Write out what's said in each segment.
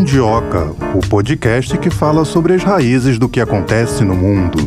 Mundioca, o podcast que fala sobre as raízes do que acontece no mundo.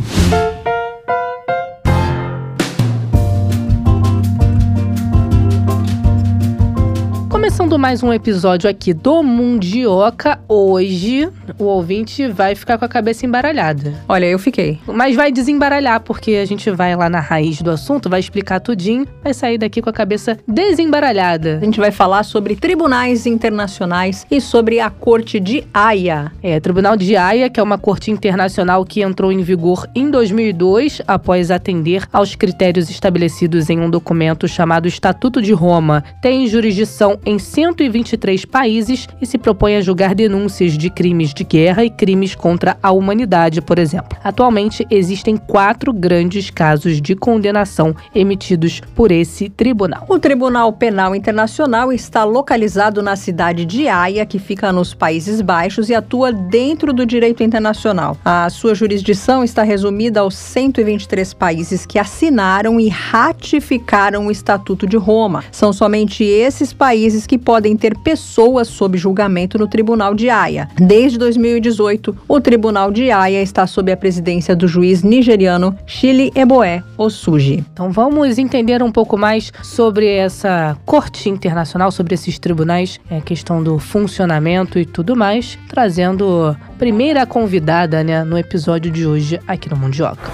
Começando mais um episódio aqui do Mundioca, hoje o ouvinte vai ficar com a cabeça embaralhada. Olha, eu fiquei. Mas vai desembaralhar, porque a gente vai lá na raiz do assunto, vai explicar tudinho, vai sair daqui com a cabeça desembaralhada. A gente vai falar sobre tribunais internacionais e sobre a Corte de Haia. Tribunal de Haia, que é uma corte internacional que entrou em vigor em 2002, após atender aos critérios estabelecidos em um documento chamado Estatuto de Roma. Tem jurisdição em 123 países e se propõe a julgar denúncias de crimes de guerra e crimes contra a humanidade, por exemplo. Atualmente, existem 4 grandes casos de condenação emitidos por esse tribunal. O Tribunal Penal Internacional está localizado na cidade de Haia, que fica nos Países Baixos e atua dentro do direito internacional. A sua jurisdição está resumida aos 123 países que assinaram e ratificaram o Estatuto de Roma. São somente esses países que podem ter pessoas sob julgamento no Tribunal de Haia. Desde 2018, o Tribunal de Haia está sob a presidência do juiz nigeriano Chili Eboe Osuji. Então vamos entender um pouco mais sobre essa corte internacional, sobre esses tribunais, a questão do funcionamento e tudo mais, trazendo a primeira convidada, no episódio de hoje aqui no Mundioca.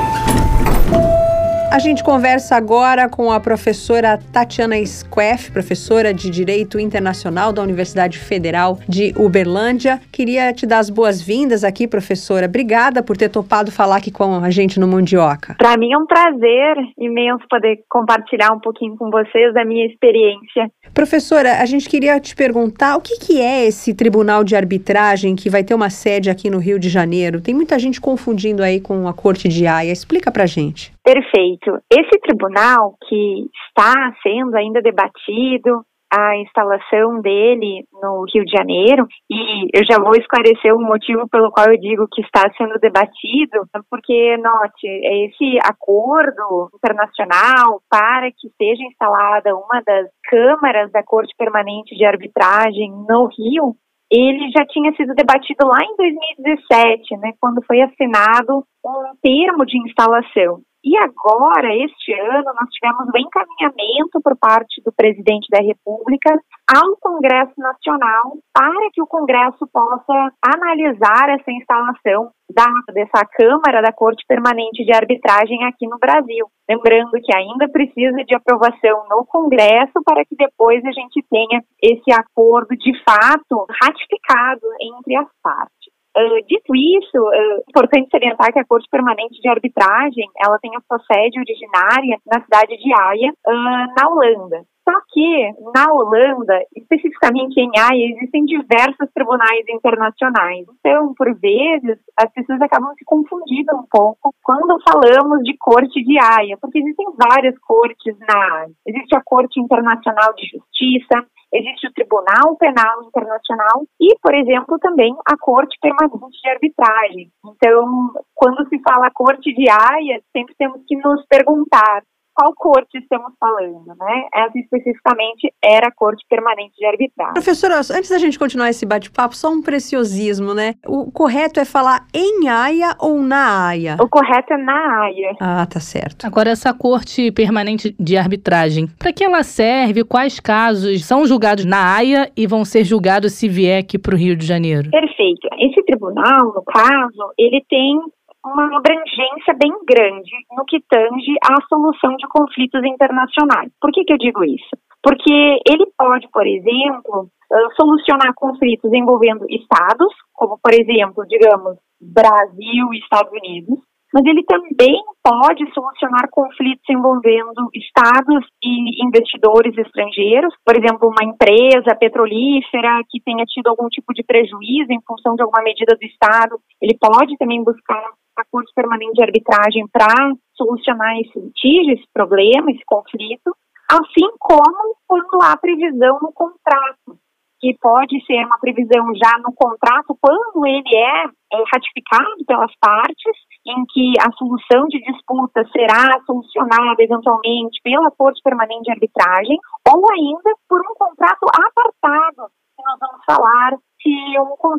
A gente conversa agora com a professora Tatiana Squeff, professora de Direito Internacional da Universidade Federal de Uberlândia. Queria te dar as boas-vindas aqui, professora. Obrigada por ter topado falar aqui com a gente no Mundioca. Para mim é um prazer imenso poder compartilhar um pouquinho com vocês da minha experiência. Professora, a gente queria te perguntar o que é esse tribunal de arbitragem que vai ter uma sede aqui no Rio de Janeiro? Tem muita gente confundindo aí com a Corte de Haia. Explica pra gente. Perfeito. Esse tribunal que está sendo ainda debatido, a instalação dele no Rio de Janeiro, e eu já vou esclarecer o motivo pelo qual eu digo que está sendo debatido, porque, note, esse acordo internacional para que seja instalada uma das câmaras da Corte Permanente de Arbitragem no Rio, ele já tinha sido debatido lá em 2017, quando foi assinado um termo de instalação. E agora, este ano, nós tivemos o encaminhamento por parte do presidente da República ao Congresso Nacional para que o Congresso possa analisar essa instalação dessa Câmara da Corte Permanente de Arbitragem aqui no Brasil. Lembrando que ainda precisa de aprovação no Congresso para que depois a gente tenha esse acordo de fato ratificado entre as partes. Dito isso, é importante salientar que a Corte Permanente de Arbitragem, ela tem a sua sede originária na cidade de Haia, na Holanda. Só que, na Holanda, especificamente em Haia, existem diversos tribunais internacionais. Então, por vezes, as pessoas acabam se confundindo um pouco quando falamos de Corte de Haia, porque existem várias cortes na Haia. Existe a Corte Internacional de Justiça, existe o Tribunal Penal Internacional e, por exemplo, também a Corte Permanente de Arbitragem. Então, quando se fala Corte de Haia, sempre temos que nos perguntar qual corte estamos falando, Essa especificamente era a Corte Permanente de Arbitragem. Professora, antes da gente continuar esse bate-papo, só um preciosismo, O correto é falar em Haia ou na Haia? O correto é na Haia. Ah, tá certo. Agora, essa Corte Permanente de Arbitragem, para que ela serve? Quais casos são julgados na Haia e vão ser julgados se vier aqui para o Rio de Janeiro? Perfeito. Esse tribunal, no caso, ele tem uma abrangência bem grande no que tange à solução de conflitos internacionais. Por que eu digo isso? Porque ele pode, por exemplo, solucionar conflitos envolvendo estados, como, por exemplo, digamos, Brasil e Estados Unidos, mas ele também pode solucionar conflitos envolvendo estados e investidores estrangeiros, por exemplo, uma empresa petrolífera que tenha tido algum tipo de prejuízo em função de alguma medida do Estado, ele pode também buscar a Corte Permanente de Arbitragem para solucionar esse litígio, esse problema, esse conflito, assim como quando há previsão no contrato, que pode ser uma previsão já no contrato quando ele é ratificado pelas partes, em que a solução de disputa será solucionada eventualmente pela Corte Permanente de Arbitragem, ou ainda por um contrato apartado, que nós vamos falar se um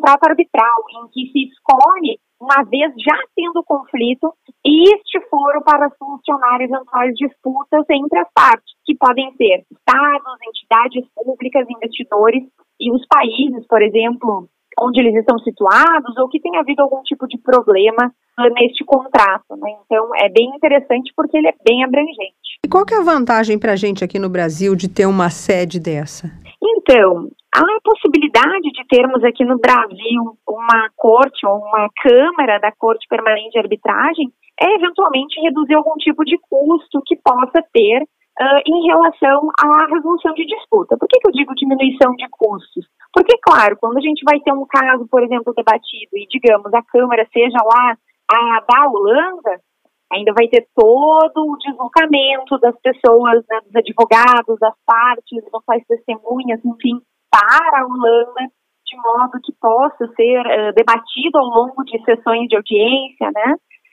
contrato arbitral, em que se escolhe, uma vez já tendo conflito, este foro para solucionar eventuais disputas entre as partes, que podem ser estados, entidades públicas, investidores e os países, por exemplo, onde eles estão situados ou que tenha havido algum tipo de problema neste contrato, né? Então, é bem interessante porque ele é bem abrangente. E qual que é a vantagem para a gente aqui no Brasil de ter uma sede dessa? Então, a possibilidade de termos aqui no Brasil uma corte ou uma câmara da Corte Permanente de Arbitragem é eventualmente reduzir algum tipo de custo que possa ter em relação à resolução de disputa. Por que eu digo diminuição de custos? Porque, claro, quando a gente vai ter um caso, por exemplo, debatido e, digamos, a Câmara seja lá a da Holanda, ainda vai ter todo o deslocamento das pessoas, né, dos advogados, das partes, das testemunhas, enfim, para a Holanda, de modo que possa ser debatido ao longo de sessões de audiência, né?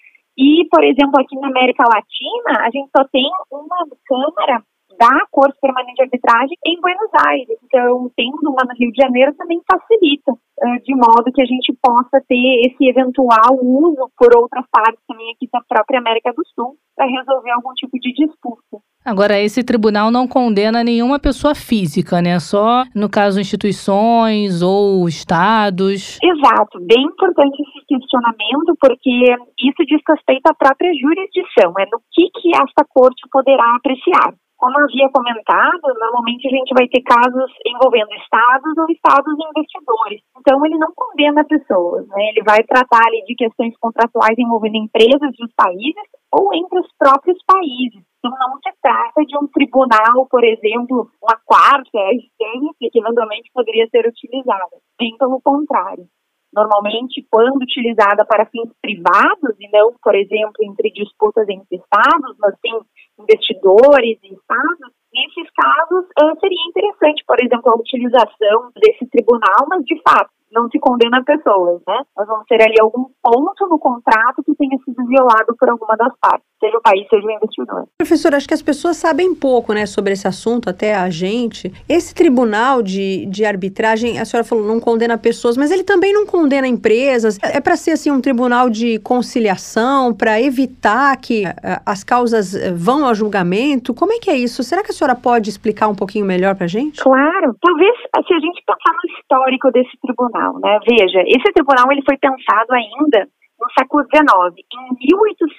E, por exemplo, aqui na América Latina, a gente só tem uma Câmara da Corte Permanente de Arbitragem em Buenos Aires. Então, tendo uma no Rio de Janeiro também facilita, de modo que a gente possa ter esse eventual uso por outras partes também aqui da própria América do Sul para resolver algum tipo de disputa. Agora, esse tribunal não condena nenhuma pessoa física, né? Só, no caso, instituições ou estados. Exato. Bem importante esse questionamento, porque isso diz respeito à própria jurisdição. É no que esta corte poderá apreciar. Como eu havia comentado, normalmente a gente vai ter casos envolvendo estados ou estados investidores. Então, ele não condena pessoas, né? Ele vai tratar ali de questões contratuais envolvendo empresas dos países ou entre os próprios países. Então, não se trata de um tribunal, por exemplo, uma quarta instância que eventualmente poderia ser utilizada. Bem pelo contrário. Normalmente, quando utilizada para fins privados, e não, por exemplo, entre disputas entre estados, mas sim investidores e estados, nesses casos seria interessante, por exemplo, a utilização desse tribunal, mas de fato não se condena pessoas, né? Mas vamos ter ali algum ponto no contrato que tenha sido violado por alguma das partes, seja o país, seja o investidor. Professora, acho que as pessoas sabem pouco, né, sobre esse assunto, até a gente. Esse tribunal de arbitragem, a senhora falou, não condena pessoas, mas ele também não condena empresas. É para ser, assim, um tribunal de conciliação, para evitar que as causas vão ao julgamento? Como é que é isso? Será que a senhora pode explicar um pouquinho melhor para a gente? Claro. Talvez, se a gente pensar no histórico desse tribunal, né? Veja, esse tribunal ele foi pensado ainda no século XIX, em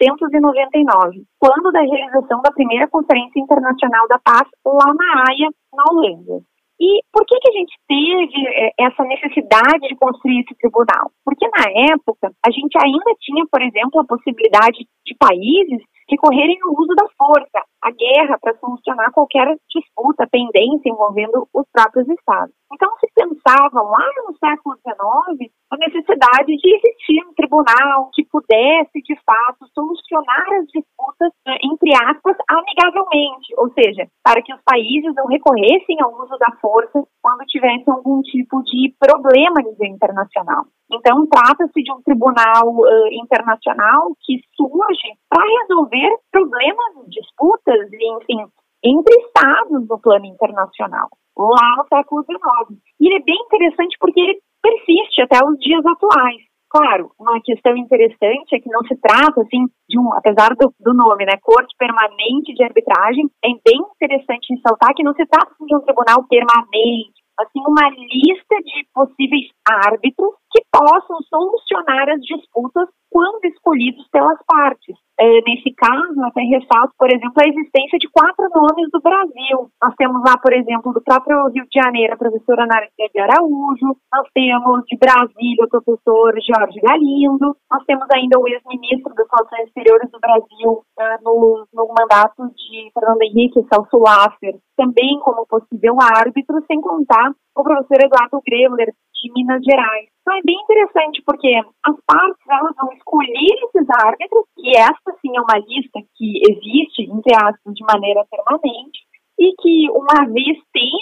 1899, quando da realização da primeira Conferência Internacional da Paz lá na Haia, na Holanda. E por que a gente teve essa necessidade de construir esse tribunal? Porque na época a gente ainda tinha, por exemplo, a possibilidade de países recorrerem ao uso da força, a guerra, para solucionar qualquer disputa, pendência envolvendo os próprios estados. Então se pensava lá no século XIX a necessidade de existir um tribunal que pudesse, de fato, solucionar as disputas, entre aspas, amigavelmente, ou seja, para que os países não recorressem ao uso da força quando tivessem algum tipo de problema a nível internacional. Então, trata-se de um tribunal internacional que surge para resolver problemas, disputas, enfim, entre estados no plano internacional, lá no século XIX. E ele é bem interessante porque ele persiste até os dias atuais. Claro, uma questão interessante é que não se trata, assim, de apesar do nome, né, Corte Permanente de Arbitragem, é bem interessante ressaltar que não se trata de um tribunal permanente, assim, uma lista de possíveis árbitros que possam solucionar as disputas quando escolhidos pelas partes. Nesse caso, até ressalto, por exemplo, a existência de 4 nomes do Brasil. Nós temos lá, por exemplo, do próprio Rio de Janeiro, a professora Narcea de Araújo, nós temos de Brasília o professor Jorge Galindo, nós temos ainda o ex-ministro das Relações Exteriores do Brasil no mandato de Fernando Henrique Celso Laffer, também como possível árbitro, sem contar o professor Eduardo Grevler, de Minas Gerais. Então é bem interessante porque as partes elas vão escolher esses árbitros, e essa sim é uma lista que existe, entre aspas, de maneira permanente, e que uma vez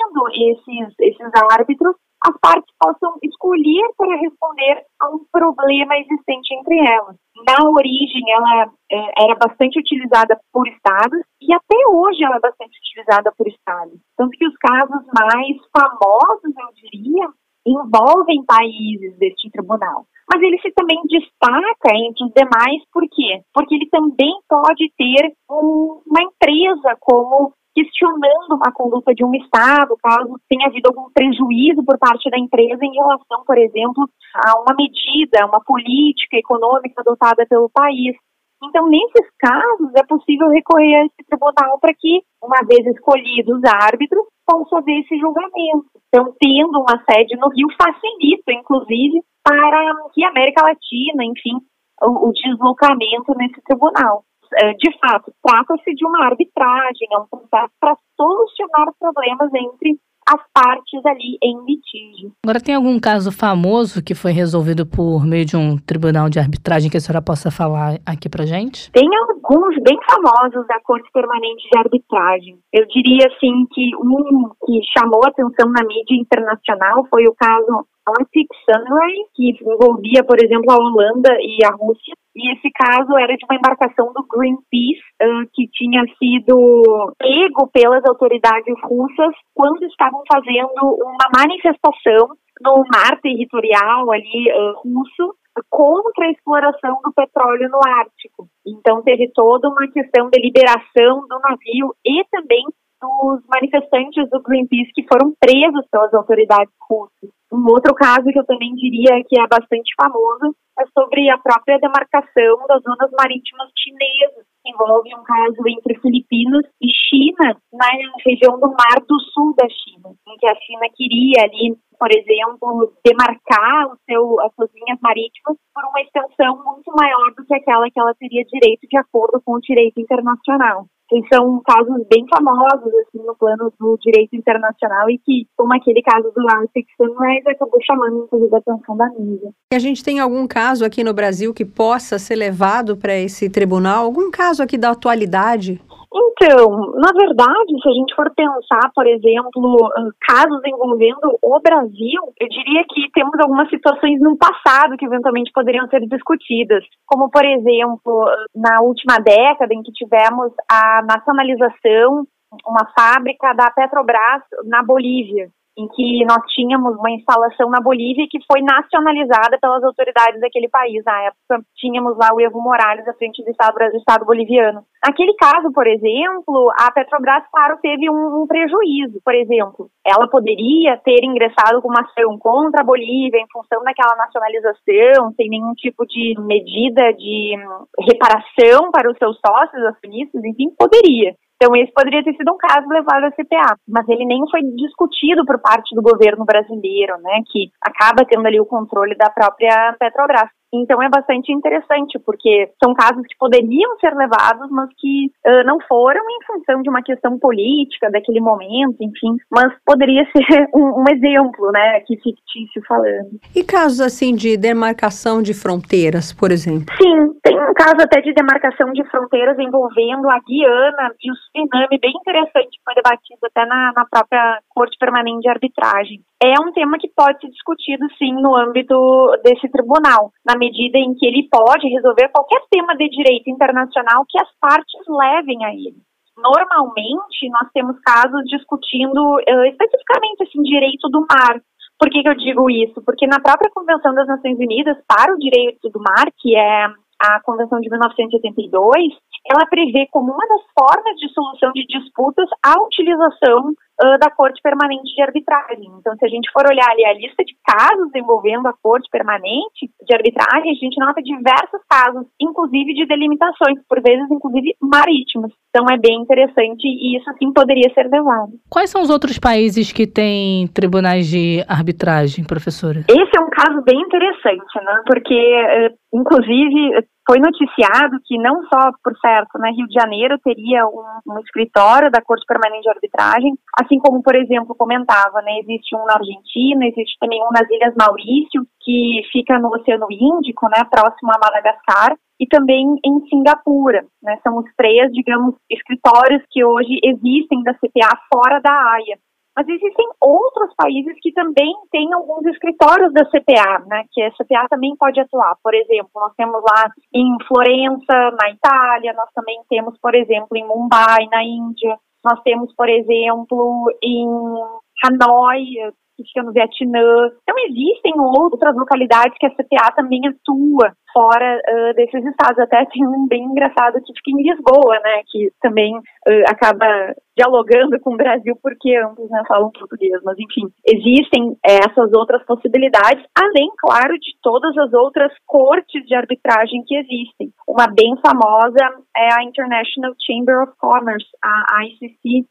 tendo esses árbitros, as partes possam escolher para responder a um problema existente entre elas. Na origem, ela era bastante utilizada por estados e até hoje ela é bastante utilizada por estados. Tanto que os casos mais famosos, eu diria, envolvem países deste tribunal. Mas ele se também destaca entre os demais, por quê? Porque ele também pode ter uma empresa como questionando a conduta de um Estado, caso tenha havido algum prejuízo por parte da empresa em relação, por exemplo, a uma medida, uma política econômica adotada pelo país. Então, nesses casos, é possível recorrer a esse tribunal para que, uma vez escolhidos árbitros, possa haver esse julgamento. Então, tendo uma sede no Rio, facilita, inclusive, para que a América Latina, enfim, o deslocamento nesse tribunal. De fato, trata-se de uma arbitragem, é um processo para solucionar problemas entre as partes ali em litígio. Agora, tem algum caso famoso que foi resolvido por meio de um tribunal de arbitragem que a senhora possa falar aqui pra gente? Tem alguns bem famosos da Corte Permanente de Arbitragem. Eu diria, assim, que um que chamou atenção na mídia internacional foi o caso Arctic Sunrise, que envolvia, por exemplo, a Holanda e a Rússia. E esse caso era de uma embarcação do Greenpeace, que tinha sido pego pelas autoridades russas quando estavam fazendo uma manifestação no mar territorial ali russo contra a exploração do petróleo no Ártico. Então teve toda uma questão de liberação do navio e também dos manifestantes do Greenpeace que foram presos pelas autoridades russas. Um outro caso que eu também diria que é bastante famoso é sobre a própria demarcação das zonas marítimas chinesas. Envolve um caso entre Filipinas e China, na região do Mar do Sul da China, em que a China queria ali, por exemplo, demarcar as suas linhas marítimas por uma extensão muito maior do que aquela que ela teria direito de acordo com o direito internacional. E são casos bem famosos assim, no plano do direito internacional e que, como aquele caso do Arctic Sunrise, acabou chamando inclusive a atenção da mídia. E a gente tem algum caso aqui no Brasil que possa ser levado para esse tribunal? Algum caso aqui da atualidade? Então, na verdade, se a gente for pensar, por exemplo, casos envolvendo o Brasil, eu diria que temos algumas situações no passado que eventualmente poderiam ser discutidas, como, por exemplo, na última década em que tivemos a nacionalização, uma fábrica da Petrobras na Bolívia, em que nós tínhamos uma instalação na Bolívia que foi nacionalizada pelas autoridades daquele país. Na época, tínhamos lá o Evo Morales à frente do Estado boliviano. Naquele caso, por exemplo, a Petrobras, claro, teve um prejuízo. Por exemplo, ela poderia ter ingressado com uma ação contra a Bolívia em função daquela nacionalização, sem nenhum tipo de medida de reparação para os seus sócios, acionistas, enfim, poderia. Então, esse poderia ter sido um caso levado à CPA, mas ele nem foi discutido por parte do governo brasileiro, né, que acaba tendo ali o controle da própria Petrobras. Então, é bastante interessante, porque são casos que poderiam ser levados, mas que não foram em função de uma questão política daquele momento, enfim, mas poderia ser um exemplo, né, aqui fictício falando. E casos, assim, de demarcação de fronteiras, por exemplo? Sim, tem um caso até de demarcação de fronteiras envolvendo a Guiana e o Suriname, bem interessante, que foi debatido até na própria Corte Permanente de Arbitragem. É um tema que pode ser discutido, sim, no âmbito desse tribunal, na medida em que ele pode resolver qualquer tema de direito internacional que as partes levem a ele. Normalmente, nós temos casos discutindo especificamente assim, direito do mar. Por que eu digo isso? Porque na própria Convenção das Nações Unidas para o Direito do Mar, que é a Convenção de 1982, ela prevê como uma das formas de solução de disputas a utilização da Corte Permanente de Arbitragem. Então, se a gente for olhar ali a lista de casos envolvendo a Corte Permanente de Arbitragem, a gente nota diversos casos, inclusive de delimitações, por vezes, inclusive, marítimas. Então, é bem interessante e isso, sim, poderia ser levado. Quais são os outros países que têm tribunais de arbitragem, professora? Esse é um caso bem interessante, né? Porque, inclusive, foi noticiado que não só, por certo, né, Rio de Janeiro teria um escritório da Corte Permanente de Arbitragem, assim como, por exemplo, comentava, né, existe um na Argentina, existe também um nas Ilhas Maurício, que fica no Oceano Índico, né, próximo a Madagascar, e também em Singapura, né, são os três, digamos, escritórios que hoje existem da CPA fora da Haia. Mas existem outros países que também têm alguns escritórios da CPA, né, que a CPA também pode atuar. Por exemplo, nós temos lá em Florença, na Itália, nós também temos, por exemplo, em Mumbai, na Índia, nós temos, por exemplo, em Hanoi, que fica no Vietnã. Então, existem outras localidades que a CPA também atua fora desses estados. Até tem um bem engraçado que fica em Lisboa, né, que também acaba dialogando com o Brasil, porque ambos, né, falam português. Mas, enfim, existem essas outras possibilidades, além, claro, de todas as outras cortes de arbitragem que existem. Uma bem famosa é a International Chamber of Commerce, a ICC,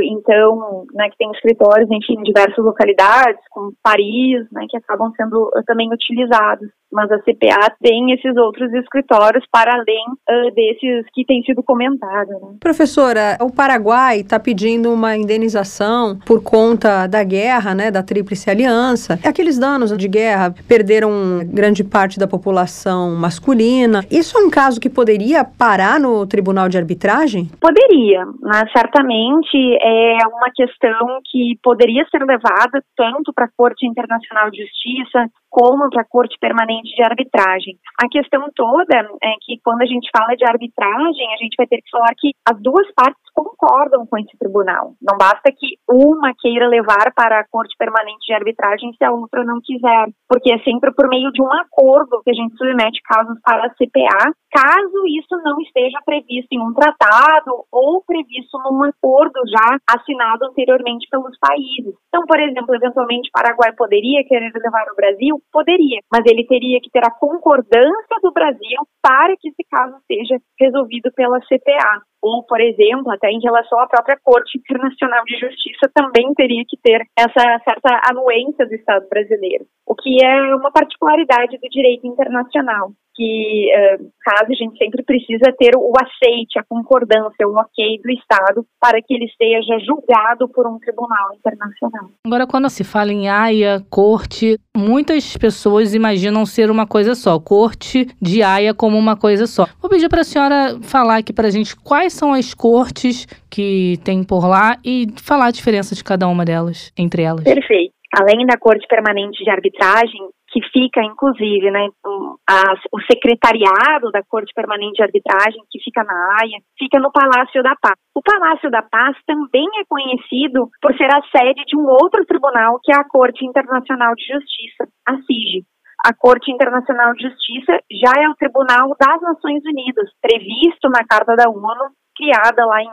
então, né, que tem escritórios, enfim, em diversas localidades, como Paris, né, que acabam sendo também utilizados. Mas a CPA tem esses outros escritórios para além desses que têm sido comentados. Né? Professora, o Paraguai está pedindo uma indenização por conta da guerra, né, da Tríplice Aliança. Aqueles danos de guerra perderam grande parte da população masculina. Isso é um caso que poderia parar no Tribunal de Arbitragem? Poderia, mas certamente é uma questão que poderia ser levada tanto para a Corte Internacional de Justiça como para a Corte Permanente de Arbitragem. A questão toda é que quando a gente fala de arbitragem, a gente vai ter que falar que as duas partes concordam com esse tribunal. Não basta que uma queira levar para a Corte Permanente de Arbitragem se a outra não quiser, porque é sempre por meio de um acordo que a gente submete casos para a CPA, caso isso não esteja previsto em um tratado ou previsto num acordo já assinado anteriormente pelos países. Então, por exemplo, eventualmente o Paraguai poderia querer levar o Brasil? Poderia, mas ele teria que ter a concordância do Brasil para que esse caso seja resolvido pela CPA. Ou, por exemplo, até em relação à própria Corte Internacional de Justiça, também teria que ter essa certa anuência do Estado brasileiro, o que é uma particularidade do direito internacional, que, caso a gente sempre precisa ter o aceite, a concordância, o ok do Estado para que ele seja julgado por um tribunal internacional. Agora, quando se fala em Haia, corte, muitas pessoas imaginam ser uma coisa só, corte de Haia como uma coisa só. Vou pedir para a senhora falar aqui para a gente quais são as cortes que tem por lá e falar a diferença de cada uma delas, entre elas. Perfeito. Além da Corte Permanente de Arbitragem, que fica, inclusive, né, o secretariado da Corte Permanente de Arbitragem, que fica na Haia, fica no Palácio da Paz. O Palácio da Paz também é conhecido por ser a sede de um outro tribunal, que é a Corte Internacional de Justiça, a CIJ. A Corte Internacional de Justiça já é o Tribunal das Nações Unidas, previsto na Carta da ONU, criada lá em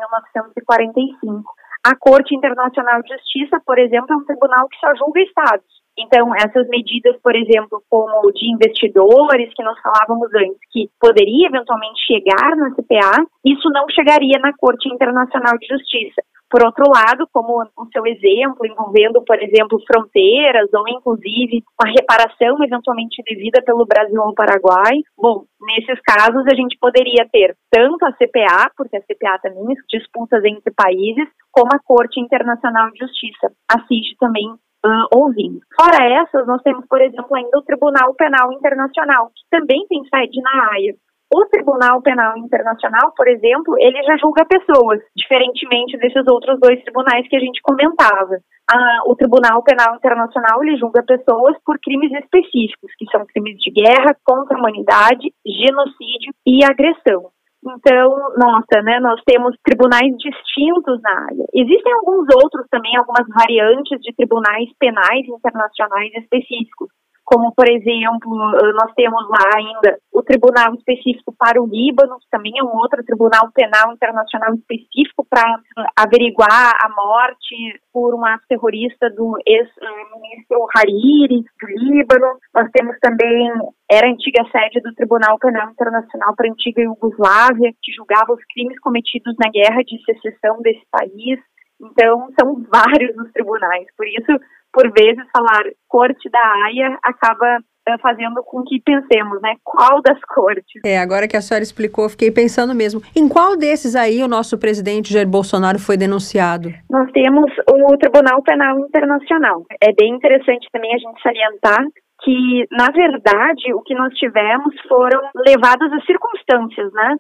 1945. A Corte Internacional de Justiça, por exemplo, é um tribunal que só julga estados. Então, essas medidas, por exemplo, como de investidores, que nós falávamos antes, que poderia eventualmente chegar na CPA, isso não chegaria na Corte Internacional de Justiça. Por outro lado, como o seu exemplo, envolvendo, por exemplo, fronteiras ou, inclusive, uma reparação eventualmente devida pelo Brasil ao Paraguai, bom, nesses casos a gente poderia ter tanto a CPA, porque a CPA também disputas entre países, como a Corte Internacional de Justiça, a CIJ também ouvindo. Fora essas, nós temos, por exemplo, ainda o Tribunal Penal Internacional, que também tem sede na Haia. O Tribunal Penal Internacional, por exemplo, ele já julga pessoas, diferentemente desses outros dois tribunais que a gente comentava. O Tribunal Penal Internacional, ele julga pessoas por crimes específicos, que são crimes de guerra, contra a humanidade, genocídio e agressão. Então, nossa, né, nós temos tribunais distintos na área. Existem alguns outros também, algumas variantes de tribunais penais internacionais específicos, como, por exemplo, nós temos lá ainda o Tribunal Específico para o Líbano, que também é um outro Tribunal Penal Internacional específico para averiguar a morte por um ato terrorista do ex-ministro Hariri, do Líbano. Nós temos também, era a antiga sede do Tribunal Penal Internacional para a antiga Iugoslávia, que julgava os crimes cometidos na guerra de secessão desse país. Então, são vários os tribunais. Por isso, por vezes, falar Corte da Haia acaba fazendo com que pensemos, né? Qual das cortes? Agora que a senhora explicou, eu fiquei pensando mesmo. Em qual desses aí o nosso presidente Jair Bolsonaro foi denunciado? Nós temos o Tribunal Penal Internacional. É bem interessante também a gente salientar que, na verdade, o que nós tivemos foram levadas as circunstâncias, né?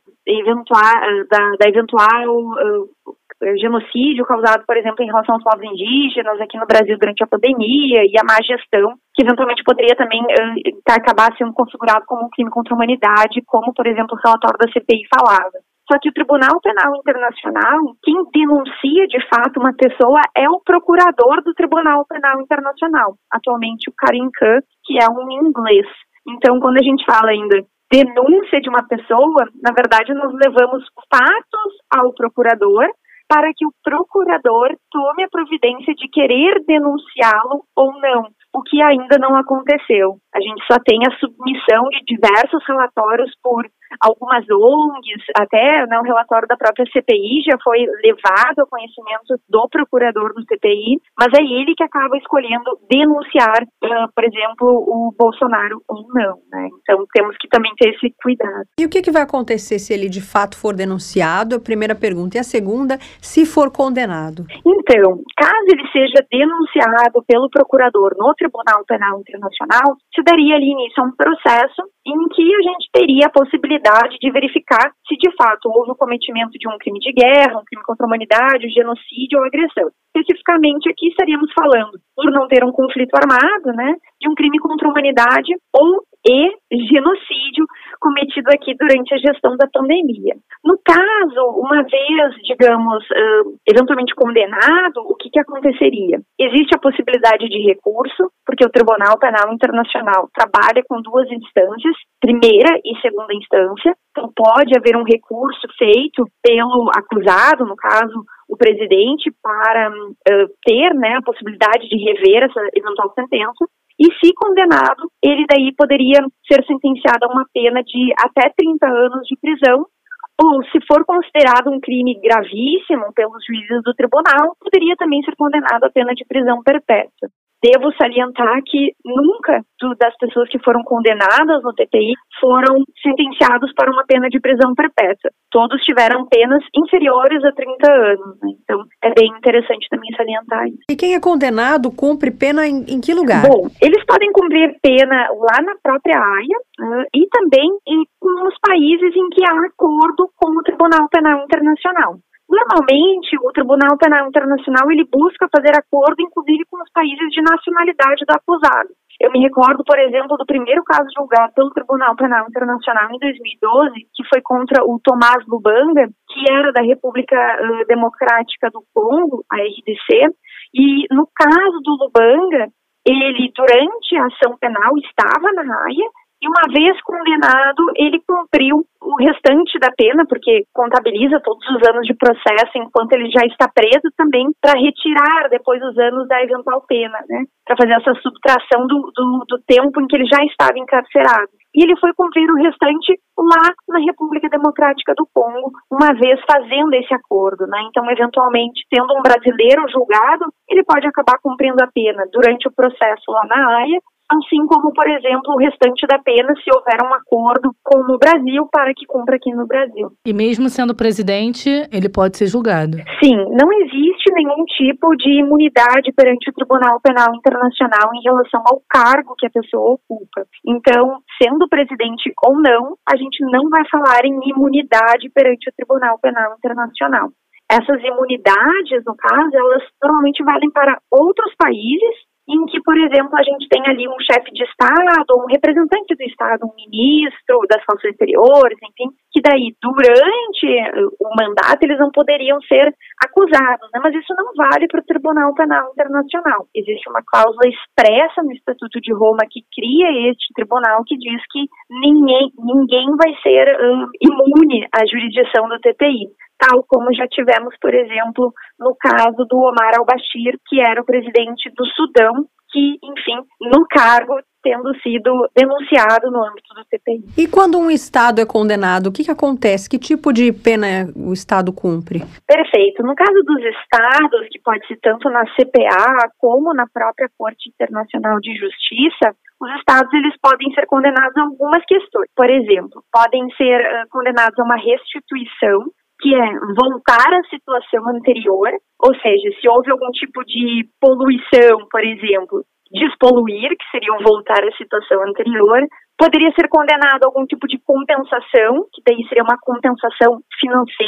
Da eventual genocídio causado, por exemplo, em relação aos povos indígenas aqui no Brasil durante a pandemia e a má gestão, que eventualmente poderia também acabar sendo configurado como um crime contra a humanidade, como, por exemplo, o relatório da CPI falava. Só que o Tribunal Penal Internacional, quem denuncia de fato uma pessoa é o procurador do Tribunal Penal Internacional, atualmente o Karim Khan, que é um inglês. Então, quando a gente fala ainda denúncia de uma pessoa, na verdade nós levamos fatos ao procurador para que o procurador tome a providência de querer denunciá-lo ou não, o que ainda não aconteceu. A gente só tem a submissão de diversos relatórios por algumas ONGs, até o relatório da própria CPI já foi levado ao conhecimento do procurador do CPI, mas é ele que acaba escolhendo denunciar, por exemplo, o Bolsonaro ou não, né? Então temos que também ter esse cuidado. E o que vai acontecer se ele de fato for denunciado? A primeira pergunta. E a segunda, se for condenado? Então, caso ele seja denunciado pelo procurador no Tribunal Penal Internacional, se daria ali início a um processo em que a gente teria a possibilidade de verificar se de fato houve o cometimento de um crime de guerra, um crime contra a humanidade, um genocídio ou agressão. Especificamente aqui estaríamos falando, por não ter um conflito armado, né, de um crime contra a humanidade ou genocídio cometido aqui durante a gestão da pandemia. No caso, uma vez, digamos, eventualmente condenado, o que aconteceria? Existe a possibilidade de recurso, porque o Tribunal Penal Internacional trabalha com duas instâncias, primeira e segunda instância, então pode haver um recurso feito pelo acusado, no caso, o presidente, para ter, né, a possibilidade de rever essa eventual sentença. E se condenado, ele daí poderia ser sentenciado a uma pena de até 30 anos de prisão, ou se for considerado um crime gravíssimo pelos juízes do tribunal, poderia também ser condenado a pena de prisão perpétua. Devo salientar que nunca das pessoas que foram condenadas no TPI foram sentenciados para uma pena de prisão perpétua. Todos tiveram penas inferiores a 30 anos, né? Então é bem interessante também salientar isso. E quem é condenado cumpre pena em que lugar? Bom, eles podem cumprir pena lá na própria Haia e também nos países em que há acordo com o Tribunal Penal Internacional. Normalmente, o Tribunal Penal Internacional ele busca fazer acordo, inclusive, com os países de nacionalidade do acusado. Eu me recordo, por exemplo, do primeiro caso julgado pelo Tribunal Penal Internacional em 2012, que foi contra o Tomás Lubanga, que era da República Democrática do Congo, a RDC, e no caso do Lubanga, ele, durante a ação penal, estava na Haia, e uma vez condenado, ele cumpriu o restante da pena, porque contabiliza todos os anos de processo enquanto ele já está preso também, para retirar depois os anos da eventual pena, né? Para fazer essa subtração do tempo em que ele já estava encarcerado. E ele foi cumprir o restante lá na República Democrática do Congo, uma vez fazendo esse acordo, né? Então, eventualmente, tendo um brasileiro julgado, ele pode acabar cumprindo a pena durante o processo lá na Haia, assim como, por exemplo, o restante da pena se houver um acordo com o Brasil para que cumpra aqui no Brasil. E mesmo sendo presidente, ele pode ser julgado? Sim, não existe nenhum tipo de imunidade perante o Tribunal Penal Internacional em relação ao cargo que a pessoa ocupa. Então, sendo presidente ou não, a gente não vai falar em imunidade perante o Tribunal Penal Internacional. Essas imunidades, no caso, elas normalmente valem para outros países, em que, por exemplo, a gente tem ali um chefe de Estado, um representante do Estado, um ministro das Relações Exteriores, enfim, que daí, durante o mandato, eles não poderiam ser acusados, né? Mas isso não vale para o Tribunal Penal Internacional. Existe uma cláusula expressa no Estatuto de Roma que cria este tribunal que diz que ninguém vai ser imune à jurisdição do TPI. Tal como já tivemos, por exemplo, no caso do Omar al-Bashir, que era o presidente do Sudão, que, enfim, no cargo, tendo sido denunciado no âmbito do CPI. E quando um Estado é condenado, o que acontece? Que tipo de pena o Estado cumpre? Perfeito. No caso dos Estados, que pode ser tanto na CPA como na própria Corte Internacional de Justiça, os Estados eles podem ser condenados a algumas questões. Por exemplo, podem ser condenados a uma restituição, que é voltar à situação anterior, ou seja, se houve algum tipo de poluição, por exemplo, despoluir, que seriam voltar à situação anterior, poderia ser condenado a algum tipo de compensação, que daí seria uma compensação financeira,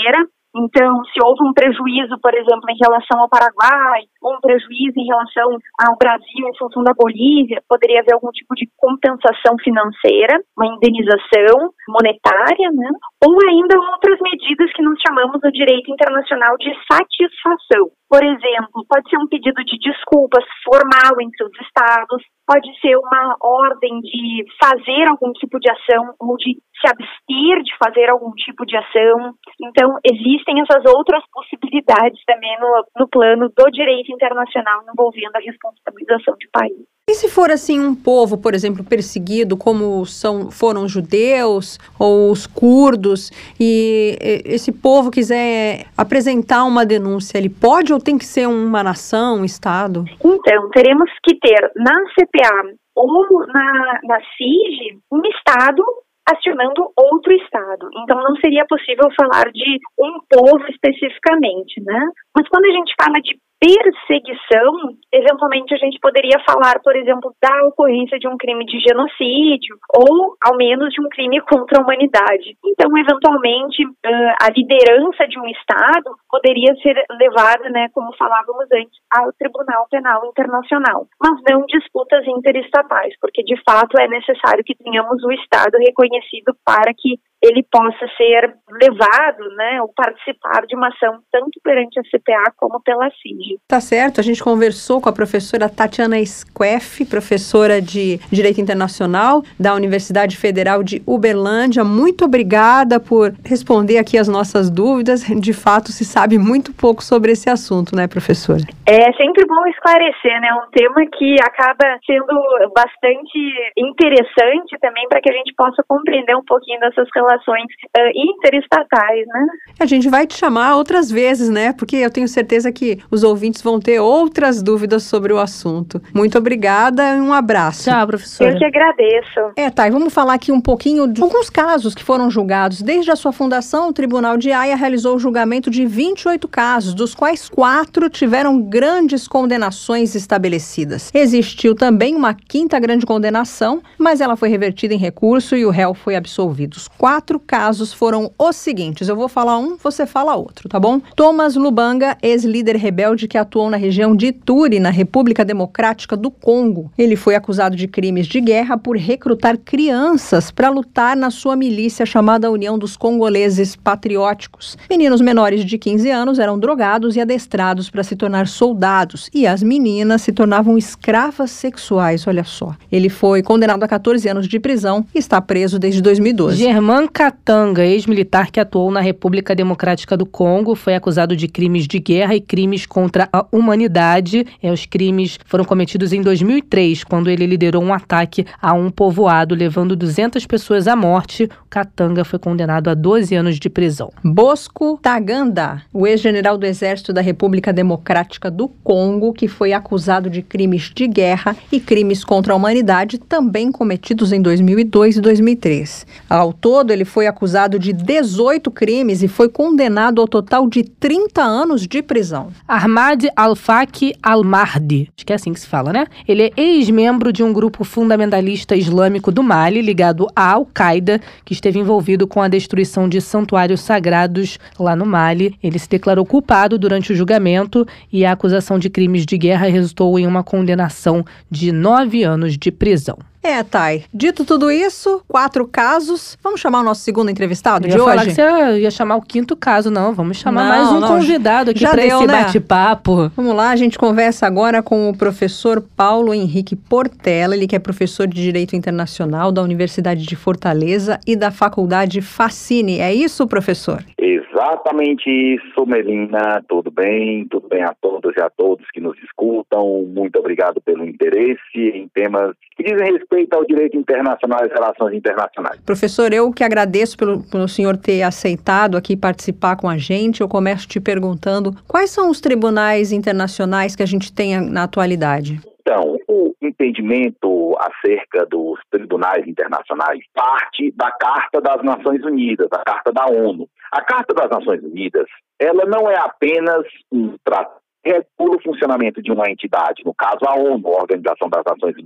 Então, se houve um prejuízo, por exemplo, em relação ao Paraguai, ou um prejuízo em relação ao Brasil em função da Bolívia, poderia haver algum tipo de compensação financeira, uma indenização monetária, né? Ou ainda outras medidas que nós chamamos no direito internacional de satisfação. Por exemplo, pode ser um pedido de desculpas formal entre os estados, pode ser uma ordem de fazer algum tipo de ação ou de se abster de fazer algum tipo de ação. Então, existem essas outras possibilidades também no plano do direito internacional envolvendo a responsabilização de país. E se for assim um povo, por exemplo, perseguido, como foram os judeus ou os curdos, e esse povo quiser apresentar uma denúncia, ele pode ou tem que ser uma nação, um estado? Então, teremos que ter na CPA ou na CIG um estado acionando outro estado. Então, não seria possível falar de um povo especificamente, né? Mas quando a gente fala de perseguição, eventualmente a gente poderia falar, por exemplo, da ocorrência de um crime de genocídio ou, ao menos, de um crime contra a humanidade. Então, eventualmente, a liderança de um Estado poderia ser levada, né, como falávamos antes, ao Tribunal Penal Internacional, mas não disputas interestatais, porque, de fato, é necessário que tenhamos o Estado reconhecido para que ele possa ser levado, né, ou participar de uma ação tanto perante a CPA como pela CIG. Tá certo, a gente conversou com a professora Tatiana Squeff, professora de Direito Internacional da Universidade Federal de Uberlândia. Muito obrigada por responder aqui as nossas dúvidas. De fato, se sabe muito pouco sobre esse assunto, né, professora? É sempre bom esclarecer, né, um tema que acaba sendo bastante interessante também para que a gente possa compreender um pouquinho dessas relações interestatais, né? A gente vai te chamar outras vezes, né? Porque eu tenho certeza que os ouvintes vão ter outras dúvidas sobre o assunto. Muito obrigada e um abraço. Tchau, professora. Eu que agradeço. E vamos falar aqui um pouquinho de alguns casos que foram julgados. Desde a sua fundação, o Tribunal de Haia realizou o julgamento de 28 casos, dos quais 4 tiveram grandes condenações estabelecidas. Existiu também uma 5ª grande condenação, mas ela foi revertida em recurso e o réu foi absolvido. Os 4 casos foram os seguintes. Eu vou falar um, você fala outro, tá bom? Thomas Lubanga, ex-líder rebelde que atuou na região de Ituri, na República Democrática do Congo. Ele foi acusado de crimes de guerra por recrutar crianças para lutar na sua milícia chamada União dos Congoleses Patrióticos. Meninos menores de 15 anos eram drogados e adestrados para se tornar soldados, e as meninas se tornavam escravas sexuais, olha só. Ele foi condenado a 14 anos de prisão e está preso desde 2012. Germán Katanga, ex-militar que atuou na República Democrática do Congo, foi acusado de crimes de guerra e crimes contra a humanidade. Os crimes foram cometidos em 2003, quando ele liderou um ataque a um povoado, levando 200 pessoas à morte. Katanga foi condenado a 12 anos de prisão. Bosco Ntaganda, o ex-general do Exército da República Democrática do Congo, que foi acusado de crimes de guerra e crimes contra a humanidade, também cometidos em 2002 e 2003. Ao todo, ele foi acusado de 18 crimes e foi condenado ao total de 30 anos de prisão. Ahmad Al-Faqi Al-Mahdi, acho que é assim que se fala, né? Ele é ex-membro de um grupo fundamentalista islâmico do Mali, ligado à Al-Qaeda, que esteve envolvido com a destruição de santuários sagrados lá no Mali. Ele se declarou culpado durante o julgamento e a acusação de crimes de guerra resultou em uma condenação de 9 anos de prisão. Thay, dito tudo isso, 4 casos, vamos chamar o nosso segundo entrevistado de hoje? Eu ia falar hoje? que você ia chamar o 5º caso, não, vamos chamar mais um convidado aqui para esse bate-papo. Vamos lá, a gente conversa agora com o professor Paulo Henrique Portela, ele que é professor de Direito Internacional da Universidade de Fortaleza e da Faculdade Facine. É isso, professor? Exatamente isso, Melina. Tudo bem a todas e a todos que nos escutam. Muito obrigado pelo interesse em temas que dizem respeito ao direito internacional e às relações internacionais. Professor, eu que agradeço pelo senhor ter aceitado aqui participar com a gente. Eu começo te perguntando quais são os tribunais internacionais que a gente tem na atualidade? Então, o entendimento acerca dos tribunais internacionais parte da Carta das Nações Unidas, da Carta da ONU. A Carta das Nações Unidas, ela não é apenas um tratado que regula o funcionamento de uma entidade, no caso a ONU, a Organização das Nações Unidas.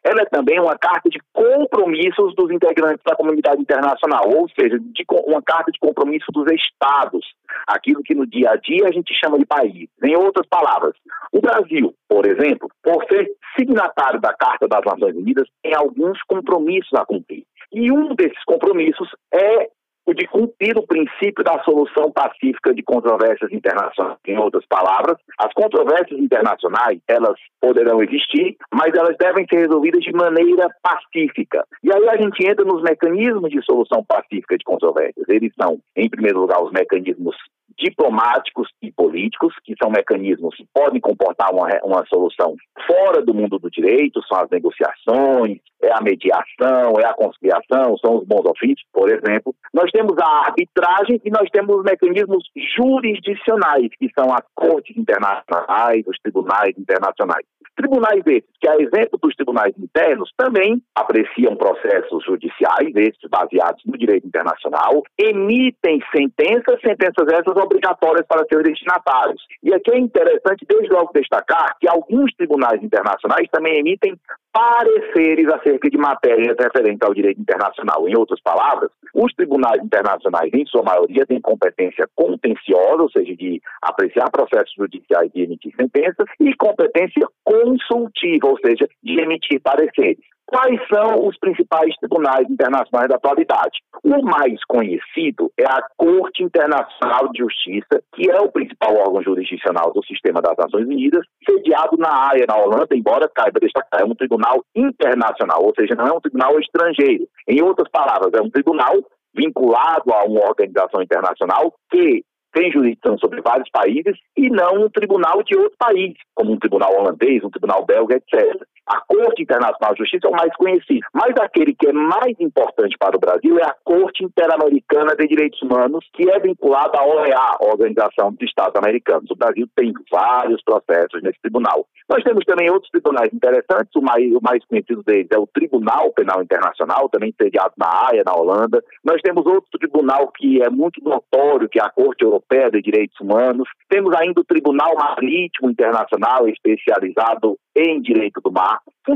ela é também uma carta de compromissos dos integrantes da comunidade internacional, ou seja, uma carta de compromisso dos estados, aquilo que no dia a dia a gente chama de país. Em outras palavras, o Brasil, por exemplo, por ser signatário da Carta das Nações Unidas, tem alguns compromissos a cumprir. E um desses compromissos é o de cumprir o princípio da solução pacífica de controvérsias internacionais. Em outras palavras, as controvérsias internacionais, elas poderão existir, mas elas devem ser resolvidas de maneira pacífica. E aí a gente entra nos mecanismos de solução pacífica de controvérsias. Eles são, em primeiro lugar, os mecanismos diplomáticos e políticos, que são mecanismos que podem comportar uma solução fora do mundo do direito, são as negociações, é a mediação, é a conciliação, são os bons ofícios, por exemplo. Nós temos a arbitragem e nós temos os mecanismos jurisdicionais, que são as cortes internacionais, os tribunais internacionais. Tribunais esses, que a exemplo dos tribunais internos, também apreciam processos judiciais, esses baseados no direito internacional, emitem sentenças essas obrigatórias para seus destinatários. E aqui é interessante, desde logo, destacar que alguns tribunais internacionais também emitem pareceres acerca de matérias referentes ao direito internacional. Em outras palavras, os tribunais internacionais, em sua maioria, têm competência contenciosa, ou seja, de apreciar processos judiciais e emitir sentenças, e competência consultiva, ou seja, de emitir pareceres. Quais são os principais tribunais internacionais da atualidade? O mais conhecido é a Corte Internacional de Justiça, que é o principal órgão jurisdicional do sistema das Nações Unidas, sediado na Haia, na Holanda, embora caiba destacar, é um tribunal internacional, ou seja, não é um tribunal estrangeiro. Em outras palavras, é um tribunal vinculado a uma organização internacional que tem jurisdição sobre vários países e não um tribunal de outro país, como um tribunal holandês, um tribunal belga, etc. A Corte Internacional de Justiça é o mais conhecido, mas aquele que é mais importante para o Brasil é a Corte Interamericana de Direitos Humanos, que é vinculada à OEA, a Organização dos Estados Americanos. O Brasil tem vários processos nesse tribunal. Nós temos também outros tribunais interessantes, o mais conhecido deles é o Tribunal Penal Internacional, também sediado na Haia, na Holanda. Nós temos outro tribunal que é muito notório, que é a Corte Europeia de Direitos Humanos. Temos ainda o Tribunal Marítimo Internacional, especializado em direito do mar.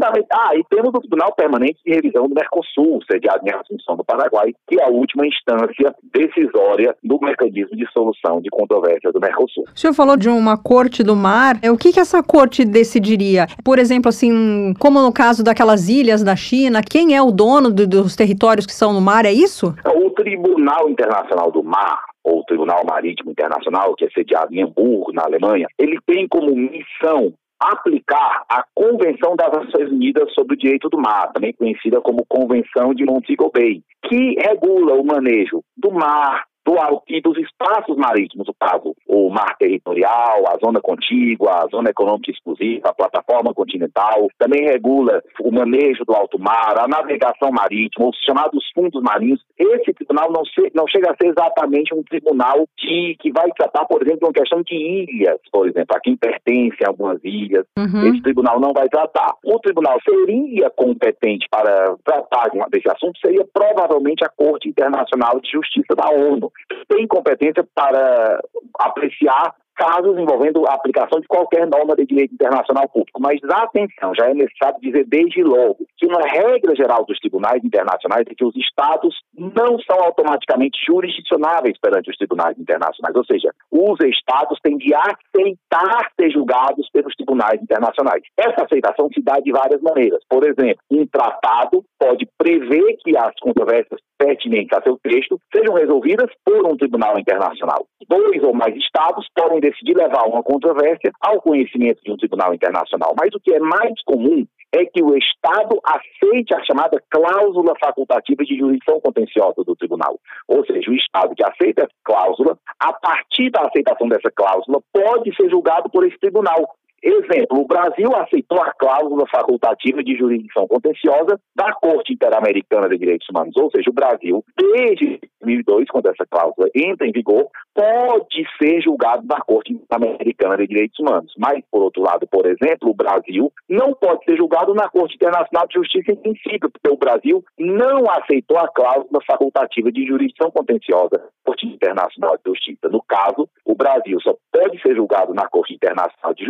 E temos o Tribunal Permanente de Revisão do Mercosul, sediado em Assunção do Paraguai, que é a última instância decisória do mecanismo de solução de controvérsia do Mercosul. O senhor falou de uma corte do mar. O que essa corte decidiria? Por exemplo, assim, como no caso daquelas ilhas da China, quem é o dono dos territórios que são no mar, é isso? O Tribunal Internacional do Mar, ou Tribunal Marítimo Internacional, que é sediado em Hamburgo, na Alemanha, ele tem como missão aplicar a Convenção das Nações Unidas sobre o Direito do Mar, também conhecida como Convenção de Montego Bay, que regula o manejo do mar, e dos espaços marítimos, no caso, o mar territorial, a zona contígua, a zona econômica exclusiva, a plataforma continental, também regula o manejo do alto mar, a navegação marítima, os chamados fundos marinhos. Esse tribunal não chega a ser exatamente um tribunal que vai tratar, por exemplo, uma questão de ilhas, por exemplo, a quem pertence a algumas ilhas. Esse tribunal não vai tratar. O tribunal seria competente para tratar desse assunto, seria provavelmente a Corte Internacional de Justiça da ONU. Tem competência para apreciar casos envolvendo a aplicação de qualquer norma de direito internacional público. Mas, atenção, já é necessário dizer desde logo que uma regra geral dos tribunais internacionais é que os Estados não são automaticamente jurisdicionáveis perante os tribunais internacionais. Ou seja, os Estados têm de aceitar ser julgados pelos tribunais internacionais. Essa aceitação se dá de várias maneiras. Por exemplo, um tratado pode prever que as controvérsias pertinentes a seu texto sejam resolvidas por um tribunal internacional. 2 ou mais Estados podem decidir levar uma controvérsia ao conhecimento de um tribunal internacional. Mas o que é mais comum é que o Estado aceite a chamada cláusula facultativa de jurisdição contenciosa do tribunal. Ou seja, o Estado que aceita essa cláusula, a partir da aceitação dessa cláusula, pode ser julgado por esse tribunal. Exemplo, o Brasil aceitou a cláusula facultativa de jurisdição contenciosa da Corte Interamericana de Direitos Humanos. Ou seja, o Brasil, desde 2002, quando essa cláusula entra em vigor, pode ser julgado na Corte Interamericana de Direitos Humanos. Mas, por outro lado, por exemplo, o Brasil não pode ser julgado na Corte Internacional de Justiça em princípio, porque o Brasil não aceitou a cláusula facultativa de jurisdição contenciosa da Corte Internacional de Justiça. No caso, o Brasil só pode ser julgado na Corte Internacional de Justiça em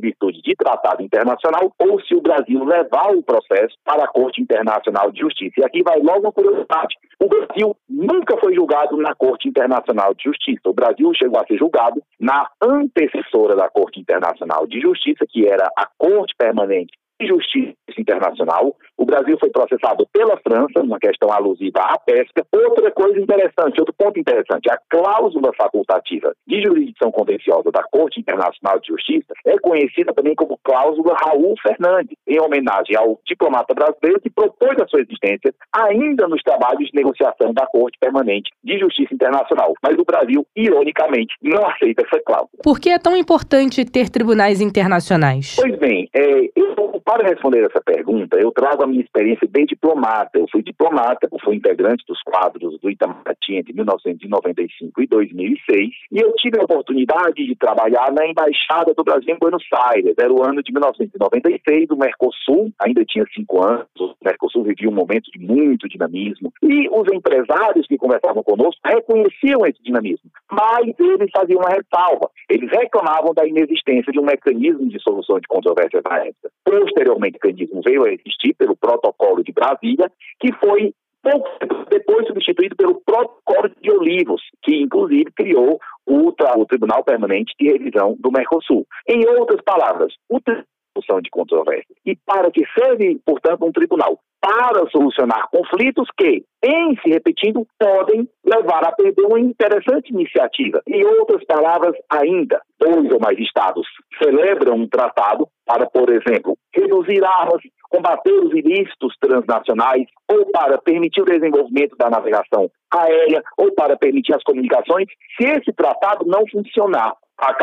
virtude de tratado internacional ou se o Brasil levar o processo para a Corte Internacional de Justiça. E aqui vai logo uma curiosidade. O Brasil nunca foi julgado na Corte Internacional de Justiça. O Brasil chegou a ser julgado na antecessora da Corte Internacional de Justiça, que era a Corte Permanente de Justiça Internacional. O Brasil foi processado pela França, uma questão alusiva à pesca. Outra coisa interessante, outro ponto interessante, a cláusula facultativa de jurisdição contenciosa da Corte Internacional de Justiça é conhecida também como cláusula Raul Fernandes, em homenagem ao diplomata brasileiro que propôs a sua existência ainda nos trabalhos de negociação da Corte Permanente de Justiça Internacional. Mas o Brasil, ironicamente, não aceita essa cláusula. Por que é tão importante ter tribunais internacionais? Pois bem, para responder essa pergunta, eu trago a minha experiência bem diplomata. Eu fui diplomata, eu fui integrante dos quadros do Itamaraty entre 1995 e 2006, e eu tive a oportunidade de trabalhar na Embaixada do Brasil em Buenos Aires. Era o ano de 1996, o Mercosul ainda tinha 5 anos, o Mercosul vivia um momento de muito dinamismo, e os empresários que conversavam conosco reconheciam esse dinamismo, mas eles faziam uma ressalva. Eles reclamavam da inexistência de um mecanismo de solução de controvérsias na época. Posteriormente, o mecanismo veio a existir pelo Protocolo de Brasília, que foi pouco depois substituído pelo Protocolo de Olivos, que inclusive criou o Tribunal Permanente de Revisão do Mercosul. Em outras palavras, o Tribunal de Solução de Controvérsias. E para que serve, portanto, um tribunal? Para solucionar conflitos que, em se repetindo, podem levar a perder uma interessante iniciativa. Em outras palavras, ainda, 2 ou mais estados celebram um tratado para, por exemplo, reduzir armas, combater os ilícitos transnacionais, ou para permitir o desenvolvimento da navegação aérea, ou para permitir as comunicações. Se esse tratado não funcionar,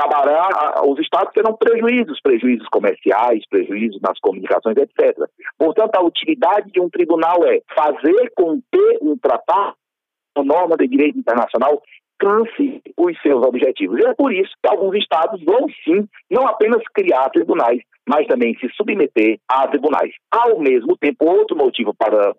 os estados terão prejuízos comerciais, prejuízos nas comunicações, etc. Portanto, a utilidade de um tribunal é fazer com que um tratado, uma norma de direito internacional, alcance os seus objetivos. E é por isso que alguns estados vão, sim, não apenas criar tribunais, mas também se submeter a tribunais. Ao mesmo tempo, outro motivo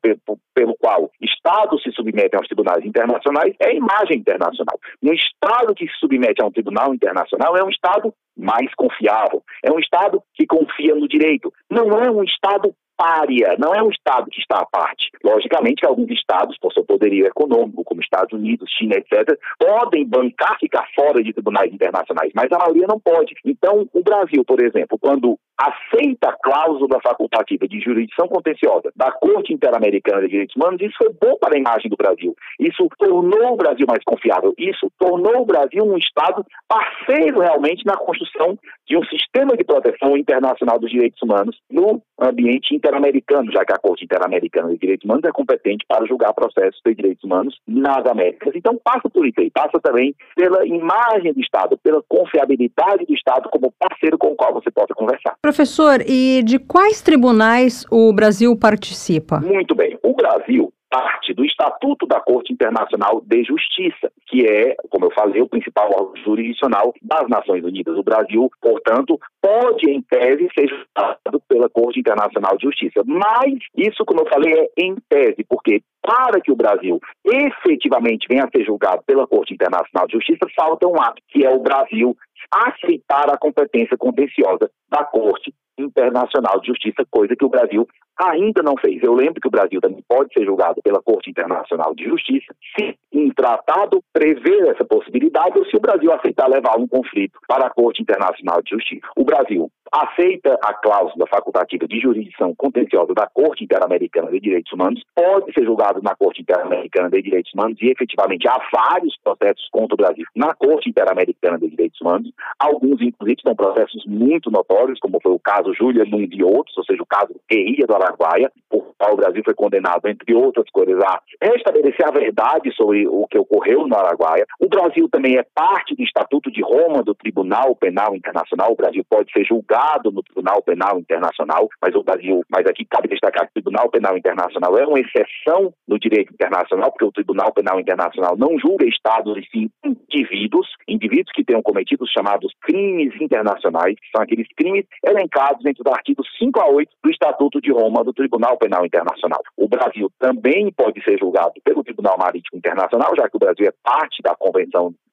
pelo qual estados se submetem aos tribunais internacionais é a imagem internacional. Um estado que se submete a um tribunal internacional é um estado mais confiável, é um estado que confia no direito, não é um estado pária, não é um estado que está à parte. Logicamente que alguns estados, por seu poderio econômico, como Estados Unidos, China, etc., podem bancar ficar fora de tribunais internacionais, mas a maioria não pode. Então, o Brasil, por exemplo, quando aceita a cláusula facultativa de jurisdição contenciosa da Corte Interamericana de Direitos Humanos, isso foi bom para a imagem do Brasil. Isso tornou o Brasil mais confiável. Isso tornou o Brasil um estado parceiro realmente na construção de um sistema de proteção internacional dos direitos humanos no ambiente interamericano, já que a Corte Interamericana de Direitos Humanos é competente para julgar processos de direitos humanos nas Américas. Então passa por isso aí, passa também pela imagem do Estado, pela confiabilidade do Estado como parceiro com o qual você possa conversar. Professor, e de quais tribunais o Brasil participa? Muito bem, o Brasil parte do Estatuto da Corte Internacional de Justiça, que é, como eu falei, o principal órgão jurisdicional das Nações Unidas. O Brasil, portanto, pode, em tese, ser julgado pela Corte Internacional de Justiça. Mas isso, como eu falei, é em tese, porque para que o Brasil efetivamente venha a ser julgado pela Corte Internacional de Justiça, falta um ato, que é o Brasil aceitar a competência contenciosa da Corte Internacional de Justiça, coisa que o Brasil ainda não fez. Eu lembro que o Brasil também pode ser julgado pela Corte Internacional de Justiça se um tratado prever essa possibilidade ou se o Brasil aceitar levar um conflito para a Corte Internacional de Justiça. O Brasil aceita a cláusula facultativa de jurisdição contenciosa da Corte Interamericana de Direitos Humanos, pode ser julgado na Corte Interamericana de Direitos Humanos e efetivamente há vários processos contra o Brasil na Corte Interamericana de Direitos Humanos. Alguns, inclusive, são processos muito notórios, como foi o caso Júlia Lund e outros, ou seja, o caso Guerrilha do Araguaia, por qual o Brasil foi condenado, entre outras coisas, a restabelecer a verdade sobre o que ocorreu no Araguaia. O Brasil também é parte do Estatuto de Roma do Tribunal Penal Internacional. O Brasil pode ser julgado no Tribunal Penal Internacional, mas aqui cabe destacar que o Tribunal Penal Internacional é uma exceção no direito internacional, porque o Tribunal Penal Internacional não julga estados e sim indivíduos que tenham cometido os chamados crimes internacionais, que são aqueles crimes elencados entre os artigos 5 a 8 do Estatuto de Roma do Tribunal Penal Internacional. O Brasil também pode ser julgado pelo Tribunal Marítimo Internacional, já que o Brasil é parte da Convenção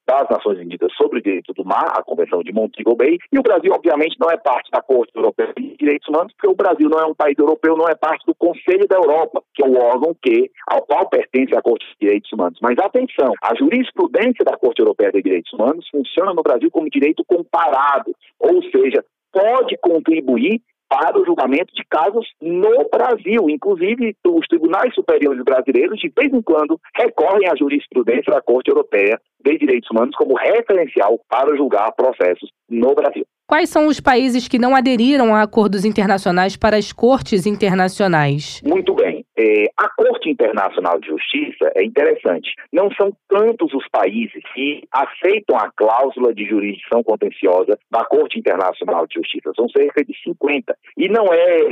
das Nações Unidas sobre o Direito do Mar, a Convenção de Montego Bay, e o Brasil, obviamente, não é parte da Corte Europeia de Direitos Humanos, porque o Brasil não é um país europeu, não é parte do Conselho da Europa, que é o órgão ao qual pertence a Corte de Direitos Humanos. Mas atenção, a jurisprudência da Corte Europeia de Direitos Humanos funciona no Brasil como direito comparado, ou seja, pode contribuir para o julgamento de casos no Brasil. Inclusive, os tribunais superiores brasileiros, de vez em quando, recorrem à jurisprudência da Corte Europeia de Direitos Humanos como referencial para julgar processos no Brasil. Quais são os países que não aderiram a acordos internacionais para as cortes internacionais? Muito bem. A Corte Internacional de Justiça é interessante. Não são tantos os países que aceitam a cláusula de jurisdição contenciosa da Corte Internacional de Justiça. São cerca de 50. E não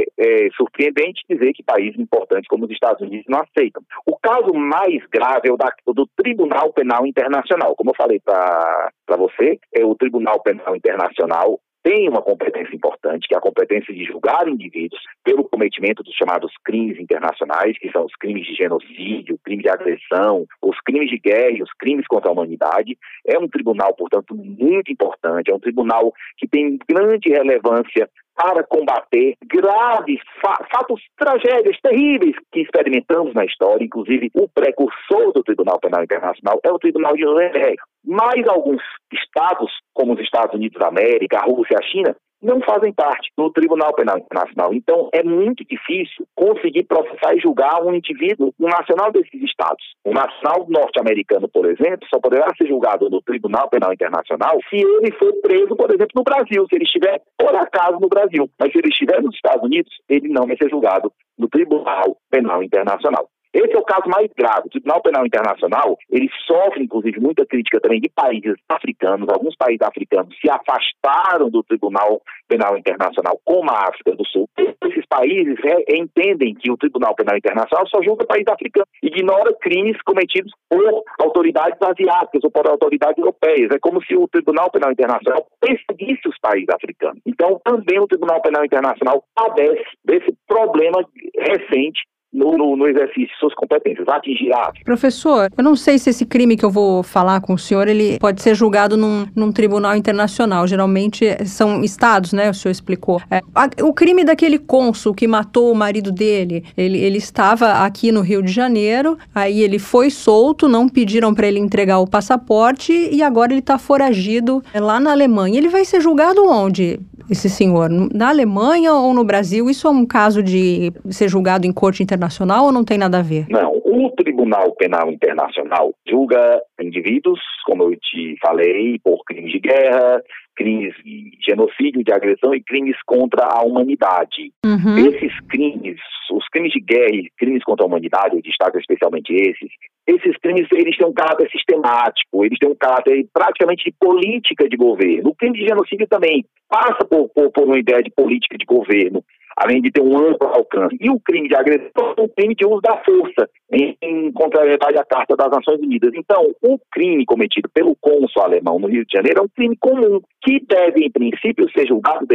é surpreendente dizer que países importantes como os Estados Unidos não aceitam. O caso mais grave é o do Tribunal Penal Internacional. Como eu falei para você, o Tribunal Penal Internacional tem uma competência importante, que é a competência de julgar indivíduos pelo cometimento dos chamados crimes internacionais, que são os crimes de genocídio, crimes de agressão, os crimes de guerra e os crimes contra a humanidade. É um tribunal, portanto, muito importante, é um tribunal que tem grande relevância para combater graves fatos, tragédias terríveis que experimentamos na história. Inclusive, o precursor do Tribunal Penal Internacional é o Tribunal de Nuremberg. Mas alguns estados, como os Estados Unidos da América, a Rússia e a China, não fazem parte do Tribunal Penal Internacional. Então, é muito difícil conseguir processar e julgar um indivíduo, um nacional desses estados. Um nacional norte-americano, por exemplo, só poderá ser julgado no Tribunal Penal Internacional se ele for preso, por exemplo, no Brasil, se ele estiver, por acaso, no Brasil. Mas se ele estiver nos Estados Unidos, ele não vai ser julgado no Tribunal Penal Internacional. Esse é o caso mais grave. O Tribunal Penal Internacional, ele sofre, inclusive, muita crítica também de países africanos. Alguns países africanos se afastaram do Tribunal Penal Internacional, como a África do Sul. Esses países entendem que o Tribunal Penal Internacional só julga países africanos, ignora crimes cometidos por autoridades asiáticas ou por autoridades europeias. É como se o Tribunal Penal Internacional perseguisse os países africanos. Então, também o Tribunal Penal Internacional padece desse problema recente no exercício de suas competências, atingir a África. Professor, eu não sei se esse crime que eu vou falar com o senhor, ele pode ser julgado num tribunal internacional. Geralmente são estados, né? O senhor explicou. O crime daquele cônsul que matou o marido dele, ele estava aqui no Rio de Janeiro, aí ele foi solto, não pediram para ele entregar o passaporte e agora ele está foragido lá na Alemanha. Ele vai ser julgado onde, esse senhor? Na Alemanha ou no Brasil? Isso é um caso de ser julgado em corte internacional ou não tem nada a ver? Não, o Tribunal Penal Internacional julga indivíduos, como eu te falei, por crimes de guerra, crimes de genocídio, de agressão e crimes contra a humanidade. Uhum. Esses crimes, os crimes de guerra e crimes contra a humanidade, eu destaco especialmente esses crimes, eles têm um caráter sistemático, eles têm um caráter praticamente de política de governo. O crime de genocídio também passa por uma ideia de política de governo, além de ter um amplo alcance. E o crime de agressão é um crime de uso da força, em contrariedade à Carta das Nações Unidas. Então, o crime cometido pelo cônsul alemão no Rio de Janeiro é um crime comum, que deveria, em princípio, ser julgado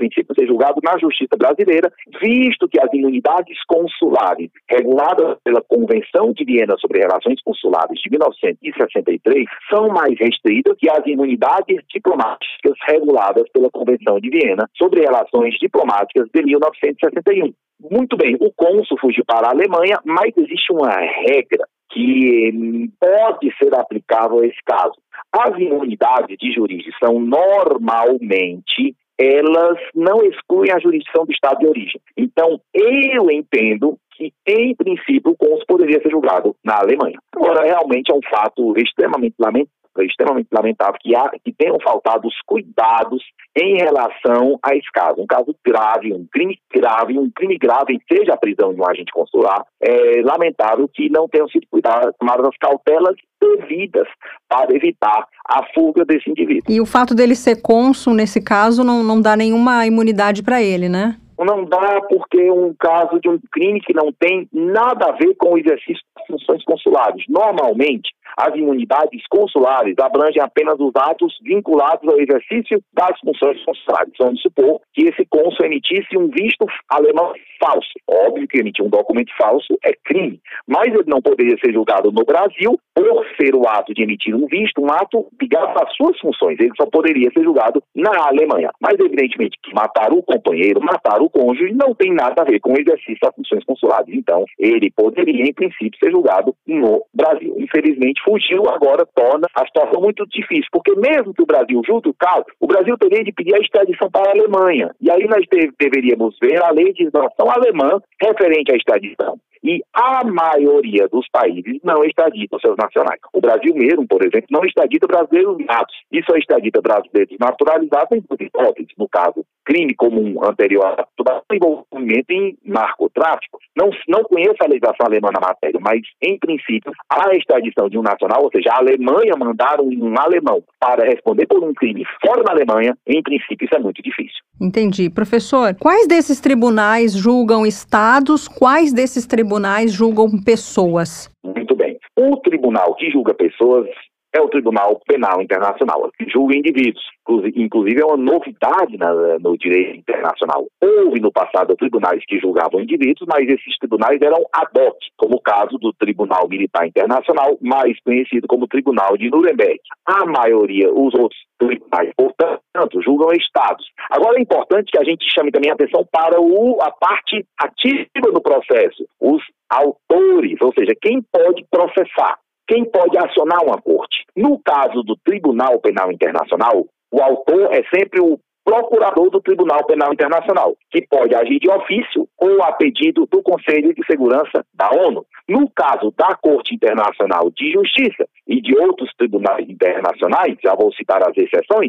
na justiça brasileira, visto que as imunidades consulares, reguladas pela Convenção de Viena sobre Relações Consulares de 1963, são mais restritas que as imunidades diplomáticas reguladas pela Convenção de Viena sobre Relações Diplomáticas de 1961. Muito bem, o cônsul fugiu para a Alemanha, mas existe uma regra que pode ser aplicável a esse caso. As imunidades de jurisdição, normalmente, elas não excluem a jurisdição do estado de origem. Então, eu entendo que, em princípio, o cônsul poderia ser julgado na Alemanha. Agora, realmente é um fato extremamente lamentável que tenham faltado os cuidados em relação a esse caso. Um caso grave, um crime grave, seja a prisão de um agente consular, é lamentável que não tenham sido tomadas as cautelas devidas para evitar a fuga desse indivíduo. E o fato dele ser cônsul, nesse caso, não dá nenhuma imunidade para ele, né? Não dá porque é um caso de um crime que não tem nada a ver com o exercício das funções consulares. Normalmente, As imunidades consulares abrangem apenas os atos vinculados ao exercício das funções consulares. Vamos supor que esse cônsul emitisse um visto alemão falso. Óbvio que emitir um documento falso é crime, mas ele não poderia ser julgado no Brasil por ser o ato de emitir um visto, um ato ligado às suas funções. Ele só poderia ser julgado na Alemanha. Mas, evidentemente, que matar o companheiro, matar o cônjuge, não tem nada a ver com o exercício das funções consulares. Então, ele poderia, em princípio, ser julgado no Brasil. Infelizmente, fugiu, agora torna a situação muito difícil, porque mesmo que o Brasil julgue o caso, o Brasil teria de pedir a extradição para a Alemanha. E aí nós deveríamos ver a legislação alemã referente à extradição. E a maioria dos países não extradita os seus nacionais. O Brasil mesmo, por exemplo, não extradita brasileiros natos. E só extradita brasileiros naturalizados em duas hipóteses. No caso, crime comum anterior a envolvimento em narcotráfico. Não conheço a legislação alemã na matéria, mas, em princípio, a extradição de um nacional, ou seja, a Alemanha mandar um alemão para responder por um crime fora da Alemanha, em princípio, isso é muito difícil. Entendi. Professor, quais desses tribunais julgam estados, quais desses tribunais julgam pessoas? Muito bem. O tribunal que julga pessoas é o Tribunal Penal Internacional, que julga indivíduos. Inclusive, é uma novidade no direito internacional. Houve no passado tribunais que julgavam indivíduos, mas esses tribunais eram ad hoc, como o caso do Tribunal Militar Internacional, mais conhecido como Tribunal de Nuremberg. A maioria, os outros tribunais, portanto, julgam estados. Agora, é importante que a gente chame também a atenção para a parte ativa do processo, os autores, ou seja, quem pode processar. Quem pode acionar uma corte? No caso do Tribunal Penal Internacional, o autor é sempre o procurador do Tribunal Penal Internacional, que pode agir de ofício ou a pedido do Conselho de Segurança da ONU. No caso da Corte Internacional de Justiça e de outros tribunais internacionais, já vou citar as exceções,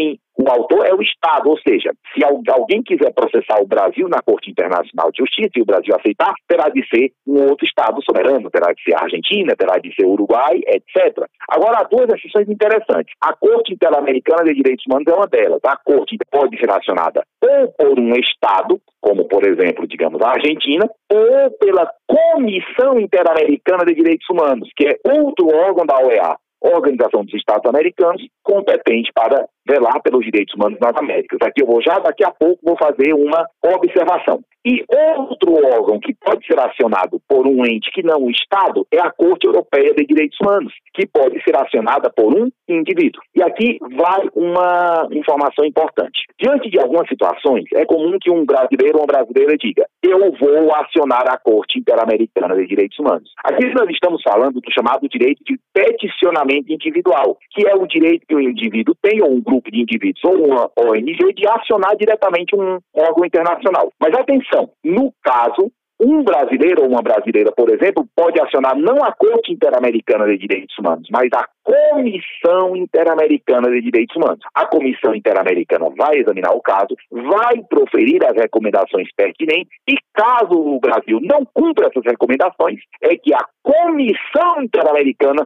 o autor é o Estado, ou seja, se alguém quiser processar o Brasil na Corte Internacional de Justiça e o Brasil aceitar, terá de ser um outro Estado soberano, terá de ser a Argentina, terá de ser o Uruguai, etc. Agora, há duas exceções interessantes. A Corte Interamericana de Direitos Humanos é uma delas. A Corte pode ser acionada ou por um Estado, como, por exemplo, digamos, a Argentina, ou pela Comissão Interamericana de Direitos Humanos, que é outro órgão da OEA, Organização dos Estados Americanos, competente para velar pelos direitos humanos nas Américas. Daqui a pouco vou fazer uma observação. E outro órgão que pode ser acionado por um ente que não o Estado é a Corte Europeia de Direitos Humanos, que pode ser acionada por um indivíduo. E aqui vai uma informação importante. Diante de algumas situações, é comum que um brasileiro ou uma brasileira diga: eu vou acionar a Corte Interamericana de Direitos Humanos. Aqui nós estamos falando do chamado direito de peticionamento individual, que é o direito que o indivíduo tem, ou um grupo de indivíduos, ou uma ONG, de acionar diretamente um órgão internacional. Mas atenção, no caso, um brasileiro ou uma brasileira, por exemplo, pode acionar não a Corte Interamericana de Direitos Humanos, mas a Comissão Interamericana de Direitos Humanos. A Comissão Interamericana vai examinar o caso, vai proferir as recomendações pertinentes e, caso o Brasil não cumpra essas recomendações, é que a Comissão Interamericana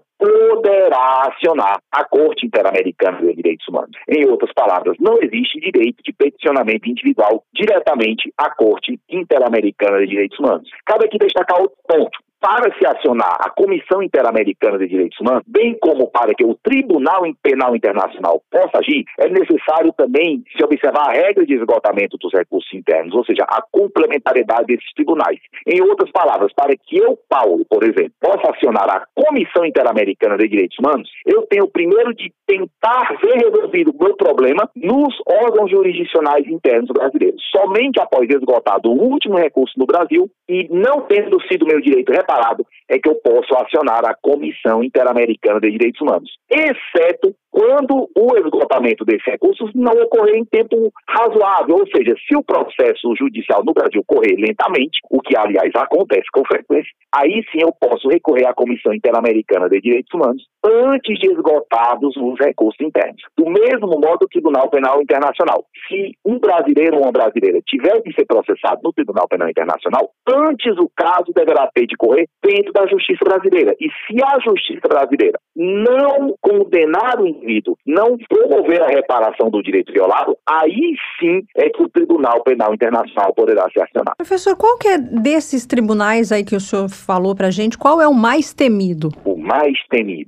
poderá acionar a Corte Interamericana de Direitos Humanos. Em outras palavras, não existe direito de peticionamento individual diretamente à Corte Interamericana de Direitos Humanos. Cabe aqui destacar outro ponto. Para se acionar a Comissão Interamericana de Direitos Humanos, bem como para que o Tribunal Penal Internacional possa agir, é necessário também se observar a regra de esgotamento dos recursos internos, ou seja, a complementariedade desses tribunais. Em outras palavras, para que eu, Paulo, por exemplo, possa acionar a Comissão Interamericana de Direitos Humanos, eu tenho primeiro de tentar ver resolvido o meu problema nos órgãos jurisdicionais internos brasileiros. Somente após esgotado o último recurso no Brasil e não tendo sido meu direito reparado, é que eu posso acionar a Comissão Interamericana de Direitos Humanos, exceto quando o esgotamento desses recursos não ocorrer em tempo razoável, ou seja, se o processo judicial no Brasil correr lentamente, o que, aliás, acontece com frequência, aí sim eu posso recorrer à Comissão Interamericana de Direitos Humanos antes de esgotados os recursos internos. Do mesmo modo, o Tribunal Penal Internacional. Se um brasileiro ou uma brasileira tiver de ser processado no Tribunal Penal Internacional, antes o caso deverá ter de correr dentro da justiça brasileira. E se a justiça brasileira não condenar o indivíduo, não promover a reparação do direito violado, aí sim é que o Tribunal Penal Internacional poderá ser acionado. Professor, qual que é desses tribunais aí que o senhor falou pra gente, qual é o mais temido? O mais temido.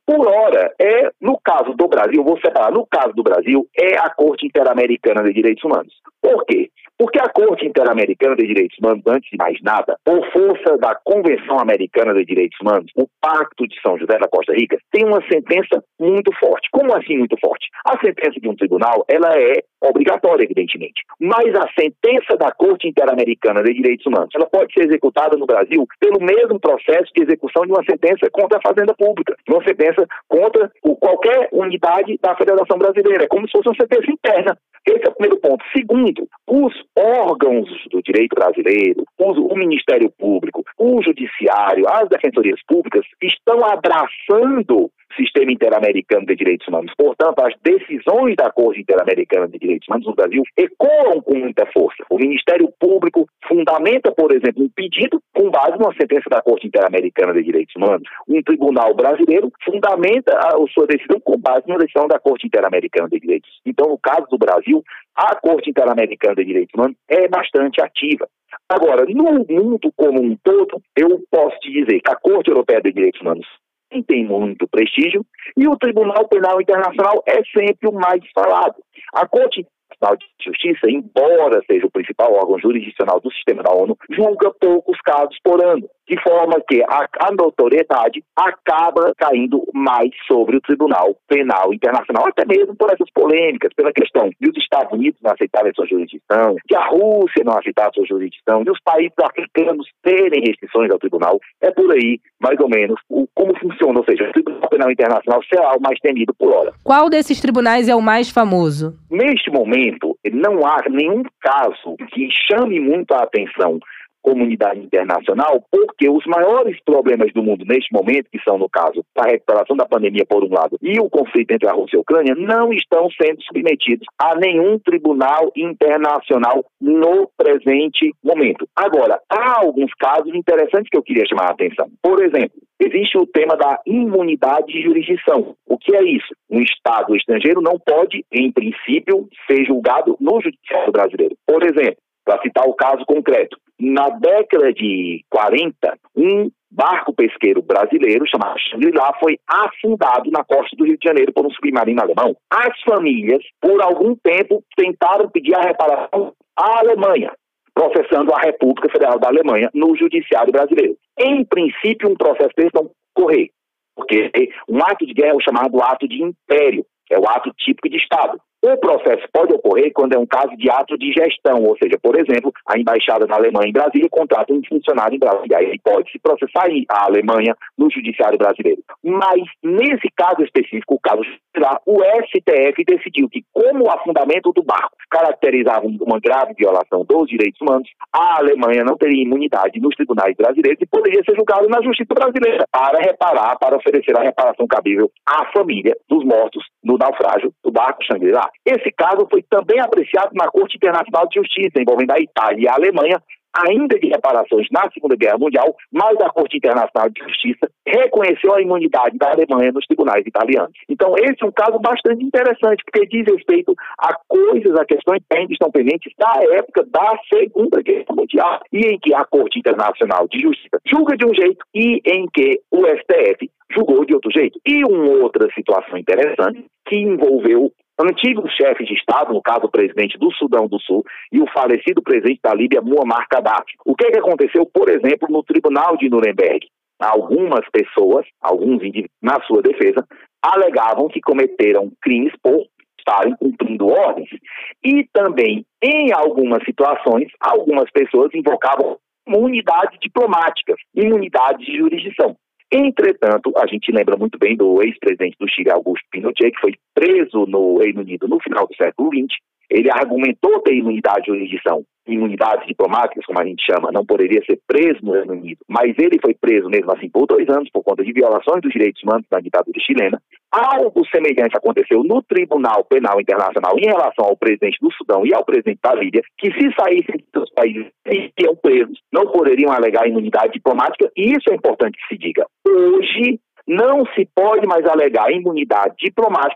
Por hora, no caso do Brasil, vou separar, no caso do Brasil, é a Corte Interamericana de Direitos Humanos. Por quê? Porque a Corte Interamericana de Direitos Humanos, antes de mais nada, por força da Convenção Americana de Direitos Humanos, o Pacto de São José da Costa Rica, tem uma sentença muito forte. Como assim muito forte? A sentença de um tribunal, ela é obrigatória, evidentemente. Mas a sentença da Corte Interamericana de Direitos Humanos, ela pode ser executada no Brasil pelo mesmo processo de execução de uma sentença contra a Fazenda Pública, uma sentença contra qualquer unidade da Federação Brasileira. É como se fosse uma sentença interna. Esse é o primeiro ponto. Segundo, os órgãos do direito brasileiro, o Ministério Público, o Judiciário, as defensorias públicas estão abraçando o Sistema Interamericano de Direitos Humanos. Portanto, as decisões da Corte Interamericana de Direitos Humanos no Brasil ecoam com muita força. O Ministério Público fundamenta, por exemplo, um pedido com base numa sentença da Corte Interamericana de Direitos Humanos. Um tribunal brasileiro fundamenta a sua decisão com base numa decisão da Corte Interamericana de Direitos. Então, no caso do Brasil, a Corte Interamericana de Direitos Humanos é bastante ativa. Agora, no mundo como um todo, eu posso te dizer que a Corte Europeia de Direitos Humanos tem muito prestígio e o Tribunal Penal Internacional é sempre o mais falado. A Corte Internacional de Justiça, embora seja o principal órgão jurisdicional do sistema da ONU, julga poucos casos por ano, de forma que a notoriedade acaba caindo mais sobre o Tribunal Penal Internacional, até mesmo por essas polêmicas, pela questão de os Estados Unidos não aceitarem sua jurisdição, de a Rússia não aceitar sua jurisdição, de os países africanos terem restrições ao tribunal. É por aí, mais ou menos, como funciona, ou seja, o Tribunal Penal Internacional será o mais temido por hora. Qual desses tribunais é o mais famoso? Neste momento, não há nenhum caso que chame muito a atenção comunidade internacional, porque os maiores problemas do mundo neste momento, que são, no caso, a recuperação da pandemia por um lado e o conflito entre a Rússia e a Ucrânia, não estão sendo submetidos a nenhum tribunal internacional no presente momento. Agora, há alguns casos interessantes que eu queria chamar a atenção. Por exemplo, existe o tema da imunidade de jurisdição. O que é isso? Um Estado estrangeiro não pode, em princípio, ser julgado no judiciário brasileiro. Por exemplo, para citar o caso concreto, na década de 40, um barco pesqueiro brasileiro chamado Shangri-La foi afundado na costa do Rio de Janeiro por um submarino alemão. As famílias, por algum tempo, tentaram pedir a reparação à Alemanha, processando a República Federal da Alemanha no judiciário brasileiro. Em princípio, um processo desse não ocorrer, porque um ato de guerra é o chamado ato de império, é o ato típico de Estado. O processo pode ocorrer quando é um caso de ato de gestão, ou seja, por exemplo, a embaixada da Alemanha em Brasília contrata um funcionário em Brasília. Aí ele pode se processar a Alemanha no judiciário brasileiro. Mas, nesse caso específico, o caso lá, o STF decidiu que, como o afundamento do barco caracterizava uma grave violação dos direitos humanos, a Alemanha não teria imunidade nos tribunais brasileiros e poderia ser julgado na justiça brasileira para oferecer a reparação cabível à família dos mortos no naufrágio do barco Shangri-La. Esse caso foi também apreciado na Corte Internacional de Justiça, envolvendo a Itália e a Alemanha, ainda de reparações na Segunda Guerra Mundial, mas a Corte Internacional de Justiça reconheceu a imunidade da Alemanha nos tribunais italianos. Então, esse é um caso bastante interessante, porque diz respeito a questões que ainda estão pendentes da época da Segunda Guerra Mundial, e em que a Corte Internacional de Justiça julga de um jeito e em que o STF julgou de outro jeito. E uma outra situação interessante que envolveu antigos chefes de Estado, no caso o presidente do Sudão do Sul e o falecido presidente da Líbia, Muammar Gaddafi. O que aconteceu, por exemplo, no Tribunal de Nuremberg? Algumas pessoas, alguns indivíduos, na sua defesa, alegavam que cometeram crimes por estarem cumprindo ordens. E também, em algumas situações, algumas pessoas invocavam imunidades diplomáticas, imunidades de jurisdição. Entretanto, a gente lembra muito bem do ex-presidente do Chile, Augusto Pinochet, que foi preso no Reino Unido no final do século XX. Ele argumentou ter imunidade de jurisdição, imunidades diplomáticas, como a gente chama, não poderia ser preso no Reino Unido, mas ele foi preso mesmo assim por 2 anos por conta de violações dos direitos humanos na ditadura chilena. Algo semelhante aconteceu no Tribunal Penal Internacional em relação ao presidente do Sudão e ao presidente da Líbia, que se saíssem dos países que iam presos, não poderiam alegar imunidade diplomática, e isso é importante que se diga. Hoje, não se pode mais alegar imunidade diplomática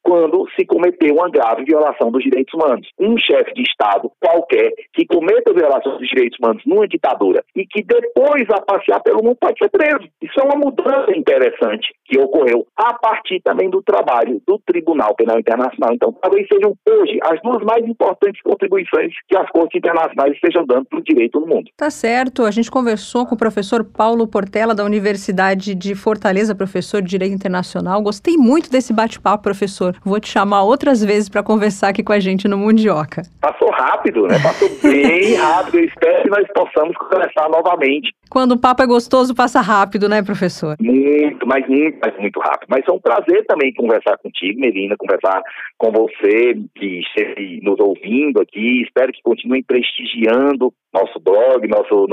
quando se cometeu uma grave violação dos direitos humanos. Um chefe de Estado qualquer que cometa violações dos direitos humanos numa ditadura e que depois vá passear pelo mundo pode ser preso. Isso é uma mudança interessante que ocorreu a partir também do trabalho do Tribunal Penal Internacional. Então, talvez sejam hoje as duas mais importantes contribuições que as cortes internacionais estejam dando para o direito no mundo. Tá certo. A gente conversou com o professor Paulo Portela, da Universidade de Fortaleza, professor de Direito Internacional. Gostei muito desse bate-papo, professor. Vou te chamar outras vezes para conversar aqui com a gente no Mundioca. Passou rápido, né? Passou bem rápido. Eu espero que nós possamos conversar novamente. Quando o papo é gostoso, passa rápido, né, professor? Muito rápido. Mas é um prazer também conversar contigo, Melina, conversar com você que esteve nos ouvindo aqui. Espero que continuem prestigiando nosso blog, nosso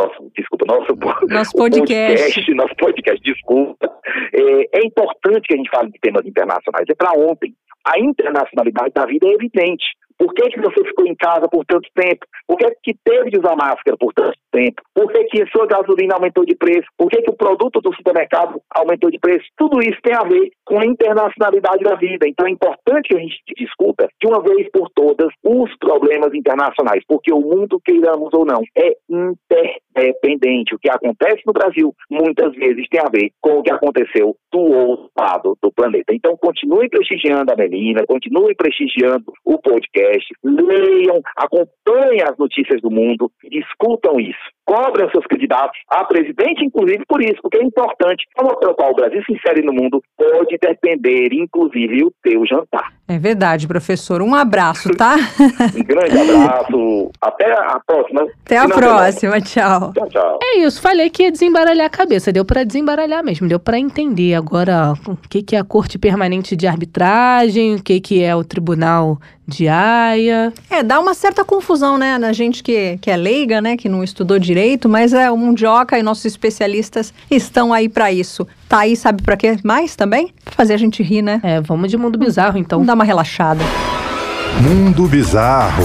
podcast. Nosso podcast, desculpa. É importante que a gente fale de temas internacionais. É para ontem. A internacionalidade da vida é evidente. Por que você ficou em casa por tanto tempo? Por que teve de usar máscara por tanto tempo? Por que a sua gasolina aumentou de preço? Por que o produto do supermercado aumentou de preço? Tudo isso tem a ver com a internacionalidade da vida. Então é importante que a gente discuta de uma vez por todas os problemas internacionais, porque o mundo, queiramos ou não, é interdependente. O que acontece no Brasil muitas vezes tem a ver com o que aconteceu do outro lado do planeta. Então continue prestigiando a Melina, continue prestigiando o podcast, leiam, acompanhem as notícias do mundo, discutam isso. Cobrem seus candidatos a presidente, inclusive por isso, porque é importante. A forma pela qual o Brasil se insere no mundo pode depender, inclusive, o teu jantar. É verdade, professor. Um abraço, tá? Um grande abraço. Até a próxima. Até a próxima. Tchau. Tchau. É isso. Falei que ia desembaralhar a cabeça. Deu pra desembaralhar mesmo. Deu pra entender agora o que é a Corte Permanente de Arbitragem, o que é o Tribunal de Haia. Dá uma certa confusão, né? Na gente que é leiga, né? Que não estudou direito, mas o Mundioca e nossos especialistas estão aí pra isso. Tá aí, sabe pra quê mais também? Pra fazer a gente rir, né? Vamos de mundo bizarro, então. Vamos dar uma relaxada. Mundo Bizarro.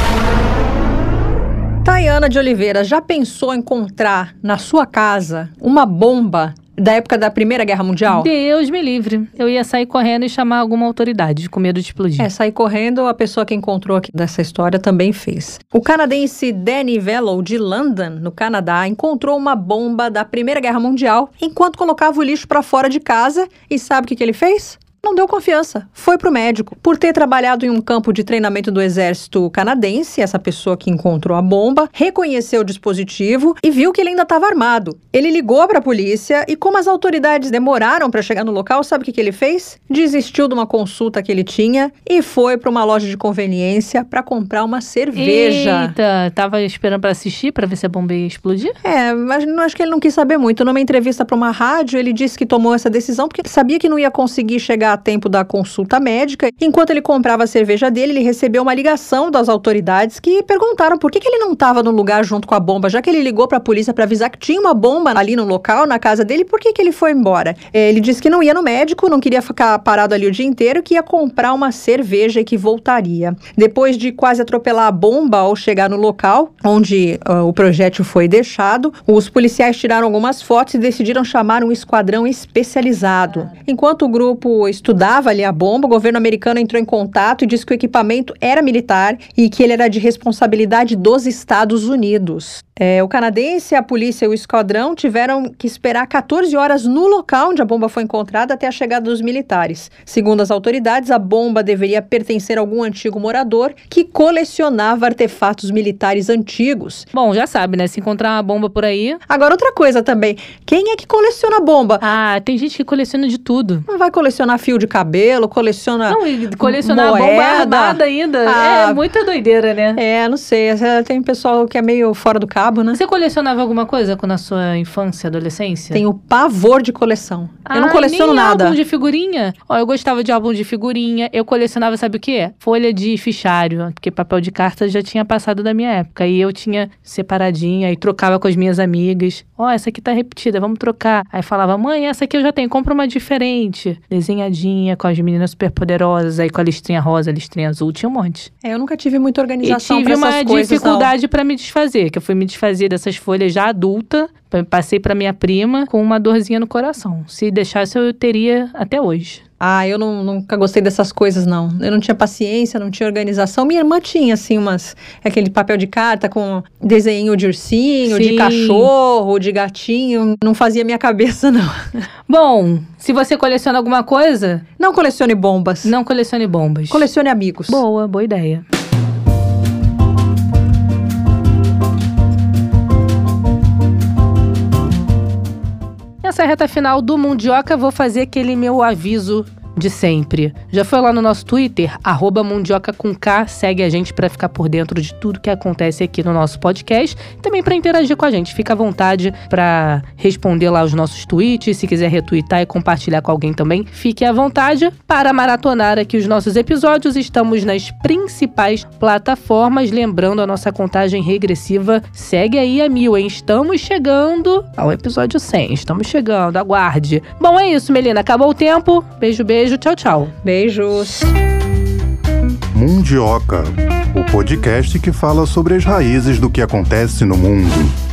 Tayana de Oliveira, já pensou em encontrar na sua casa uma bomba da época da Primeira Guerra Mundial? Deus me livre. Eu ia sair correndo e chamar alguma autoridade, com medo de explodir. Sair correndo, a pessoa que encontrou aqui dessa história também fez. O canadense Danny Vellow, de London, no Canadá, encontrou uma bomba da Primeira Guerra Mundial enquanto colocava o lixo para fora de casa. E sabe o que ele fez? Não deu confiança, foi pro médico. Por ter trabalhado em um campo de treinamento do exército canadense, essa pessoa que encontrou a bomba reconheceu o dispositivo e viu que ele ainda estava armado. Ele ligou para a polícia e, como as autoridades demoraram para chegar no local, sabe o que ele fez? Desistiu de uma consulta que ele tinha e foi para uma loja de conveniência para comprar uma cerveja. Eita, tava esperando para assistir, para ver se a bomba ia explodir? Mas acho que ele não quis saber muito. Numa entrevista para uma rádio, ele disse que tomou essa decisão porque ele sabia que não ia conseguir chegar a tempo da consulta médica. Enquanto ele comprava a cerveja dele, ele recebeu uma ligação das autoridades que perguntaram por que ele não estava no lugar junto com a bomba, já que ele ligou para a polícia para avisar que tinha uma bomba ali no local, na casa dele, por que ele foi embora? Ele disse que não ia no médico, não queria ficar parado ali o dia inteiro, que ia comprar uma cerveja e que voltaria. Depois de quase atropelar a bomba ao chegar no local onde o projétil foi deixado, os policiais tiraram algumas fotos e decidiram chamar um esquadrão especializado. Enquanto o grupo estudava ali a bomba, o governo americano entrou em contato e disse que o equipamento era militar e que ele era de responsabilidade dos Estados Unidos. O canadense, a polícia e o esquadrão tiveram que esperar 14 horas no local onde a bomba foi encontrada até a chegada dos militares. Segundo as autoridades, a bomba deveria pertencer a algum antigo morador que colecionava artefatos militares antigos. Bom, já sabe, né? Se encontrar uma bomba por aí... Agora, outra coisa também. Quem é que coleciona bomba? Tem gente que coleciona de tudo. Não vai colecionar fio de cabelo, coleciona colecionar moeda. Bomba armada ainda. É muita doideira, né? Não sei. Tem pessoal que é meio fora do cabo, né? Você colecionava alguma coisa na sua infância, adolescência? Tenho pavor de coleção. Eu não coleciono nada. Álbum de figurinha? Eu gostava de álbum de figurinha. Eu colecionava, sabe o quê? Folha de fichário, porque papel de carta já tinha passado da minha época. E eu tinha separadinha e trocava com as minhas amigas. Essa aqui tá repetida, vamos trocar. Aí falava, mãe, essa aqui eu já tenho, compra uma diferente. Desenhadinha, com as meninas superpoderosas, aí com a listrinha rosa, a listrinha azul, tinha um monte. Eu nunca tive muita organização pra essas coisas. E tive uma dificuldade pra me desfazer, que eu fui me desfazer desfazer dessas folhas já adulta. Passei para minha prima com uma dorzinha no coração. Se deixasse, eu teria até hoje. Ah, eu nunca gostei dessas coisas, não. Eu não tinha paciência, não tinha organização. Minha irmã tinha, assim, aquele papel de carta com desenho de ursinho, Sim. de cachorro, de gatinho. Não fazia minha cabeça, não. Bom, se você coleciona alguma coisa... Não colecione bombas. Não colecione bombas. Colecione amigos. Boa ideia. Nessa reta final do Mundioca, vou fazer aquele meu aviso de sempre. Já foi lá no nosso Twitter, @Mundioca com K, segue a gente para ficar por dentro de tudo que acontece aqui no nosso podcast, e também para interagir com a gente. Fica à vontade para responder lá os nossos tweets, se quiser retweetar e compartilhar com alguém também, fique à vontade. Para maratonar aqui os nossos episódios, estamos nas principais plataformas, lembrando a nossa contagem regressiva segue aí a 1000, hein? Estamos chegando ao episódio 100, estamos chegando, aguarde. Bom, é isso, Melina, acabou o tempo, beijo, tchau. Beijos. Mundioca, o podcast que fala sobre as raízes do que acontece no mundo.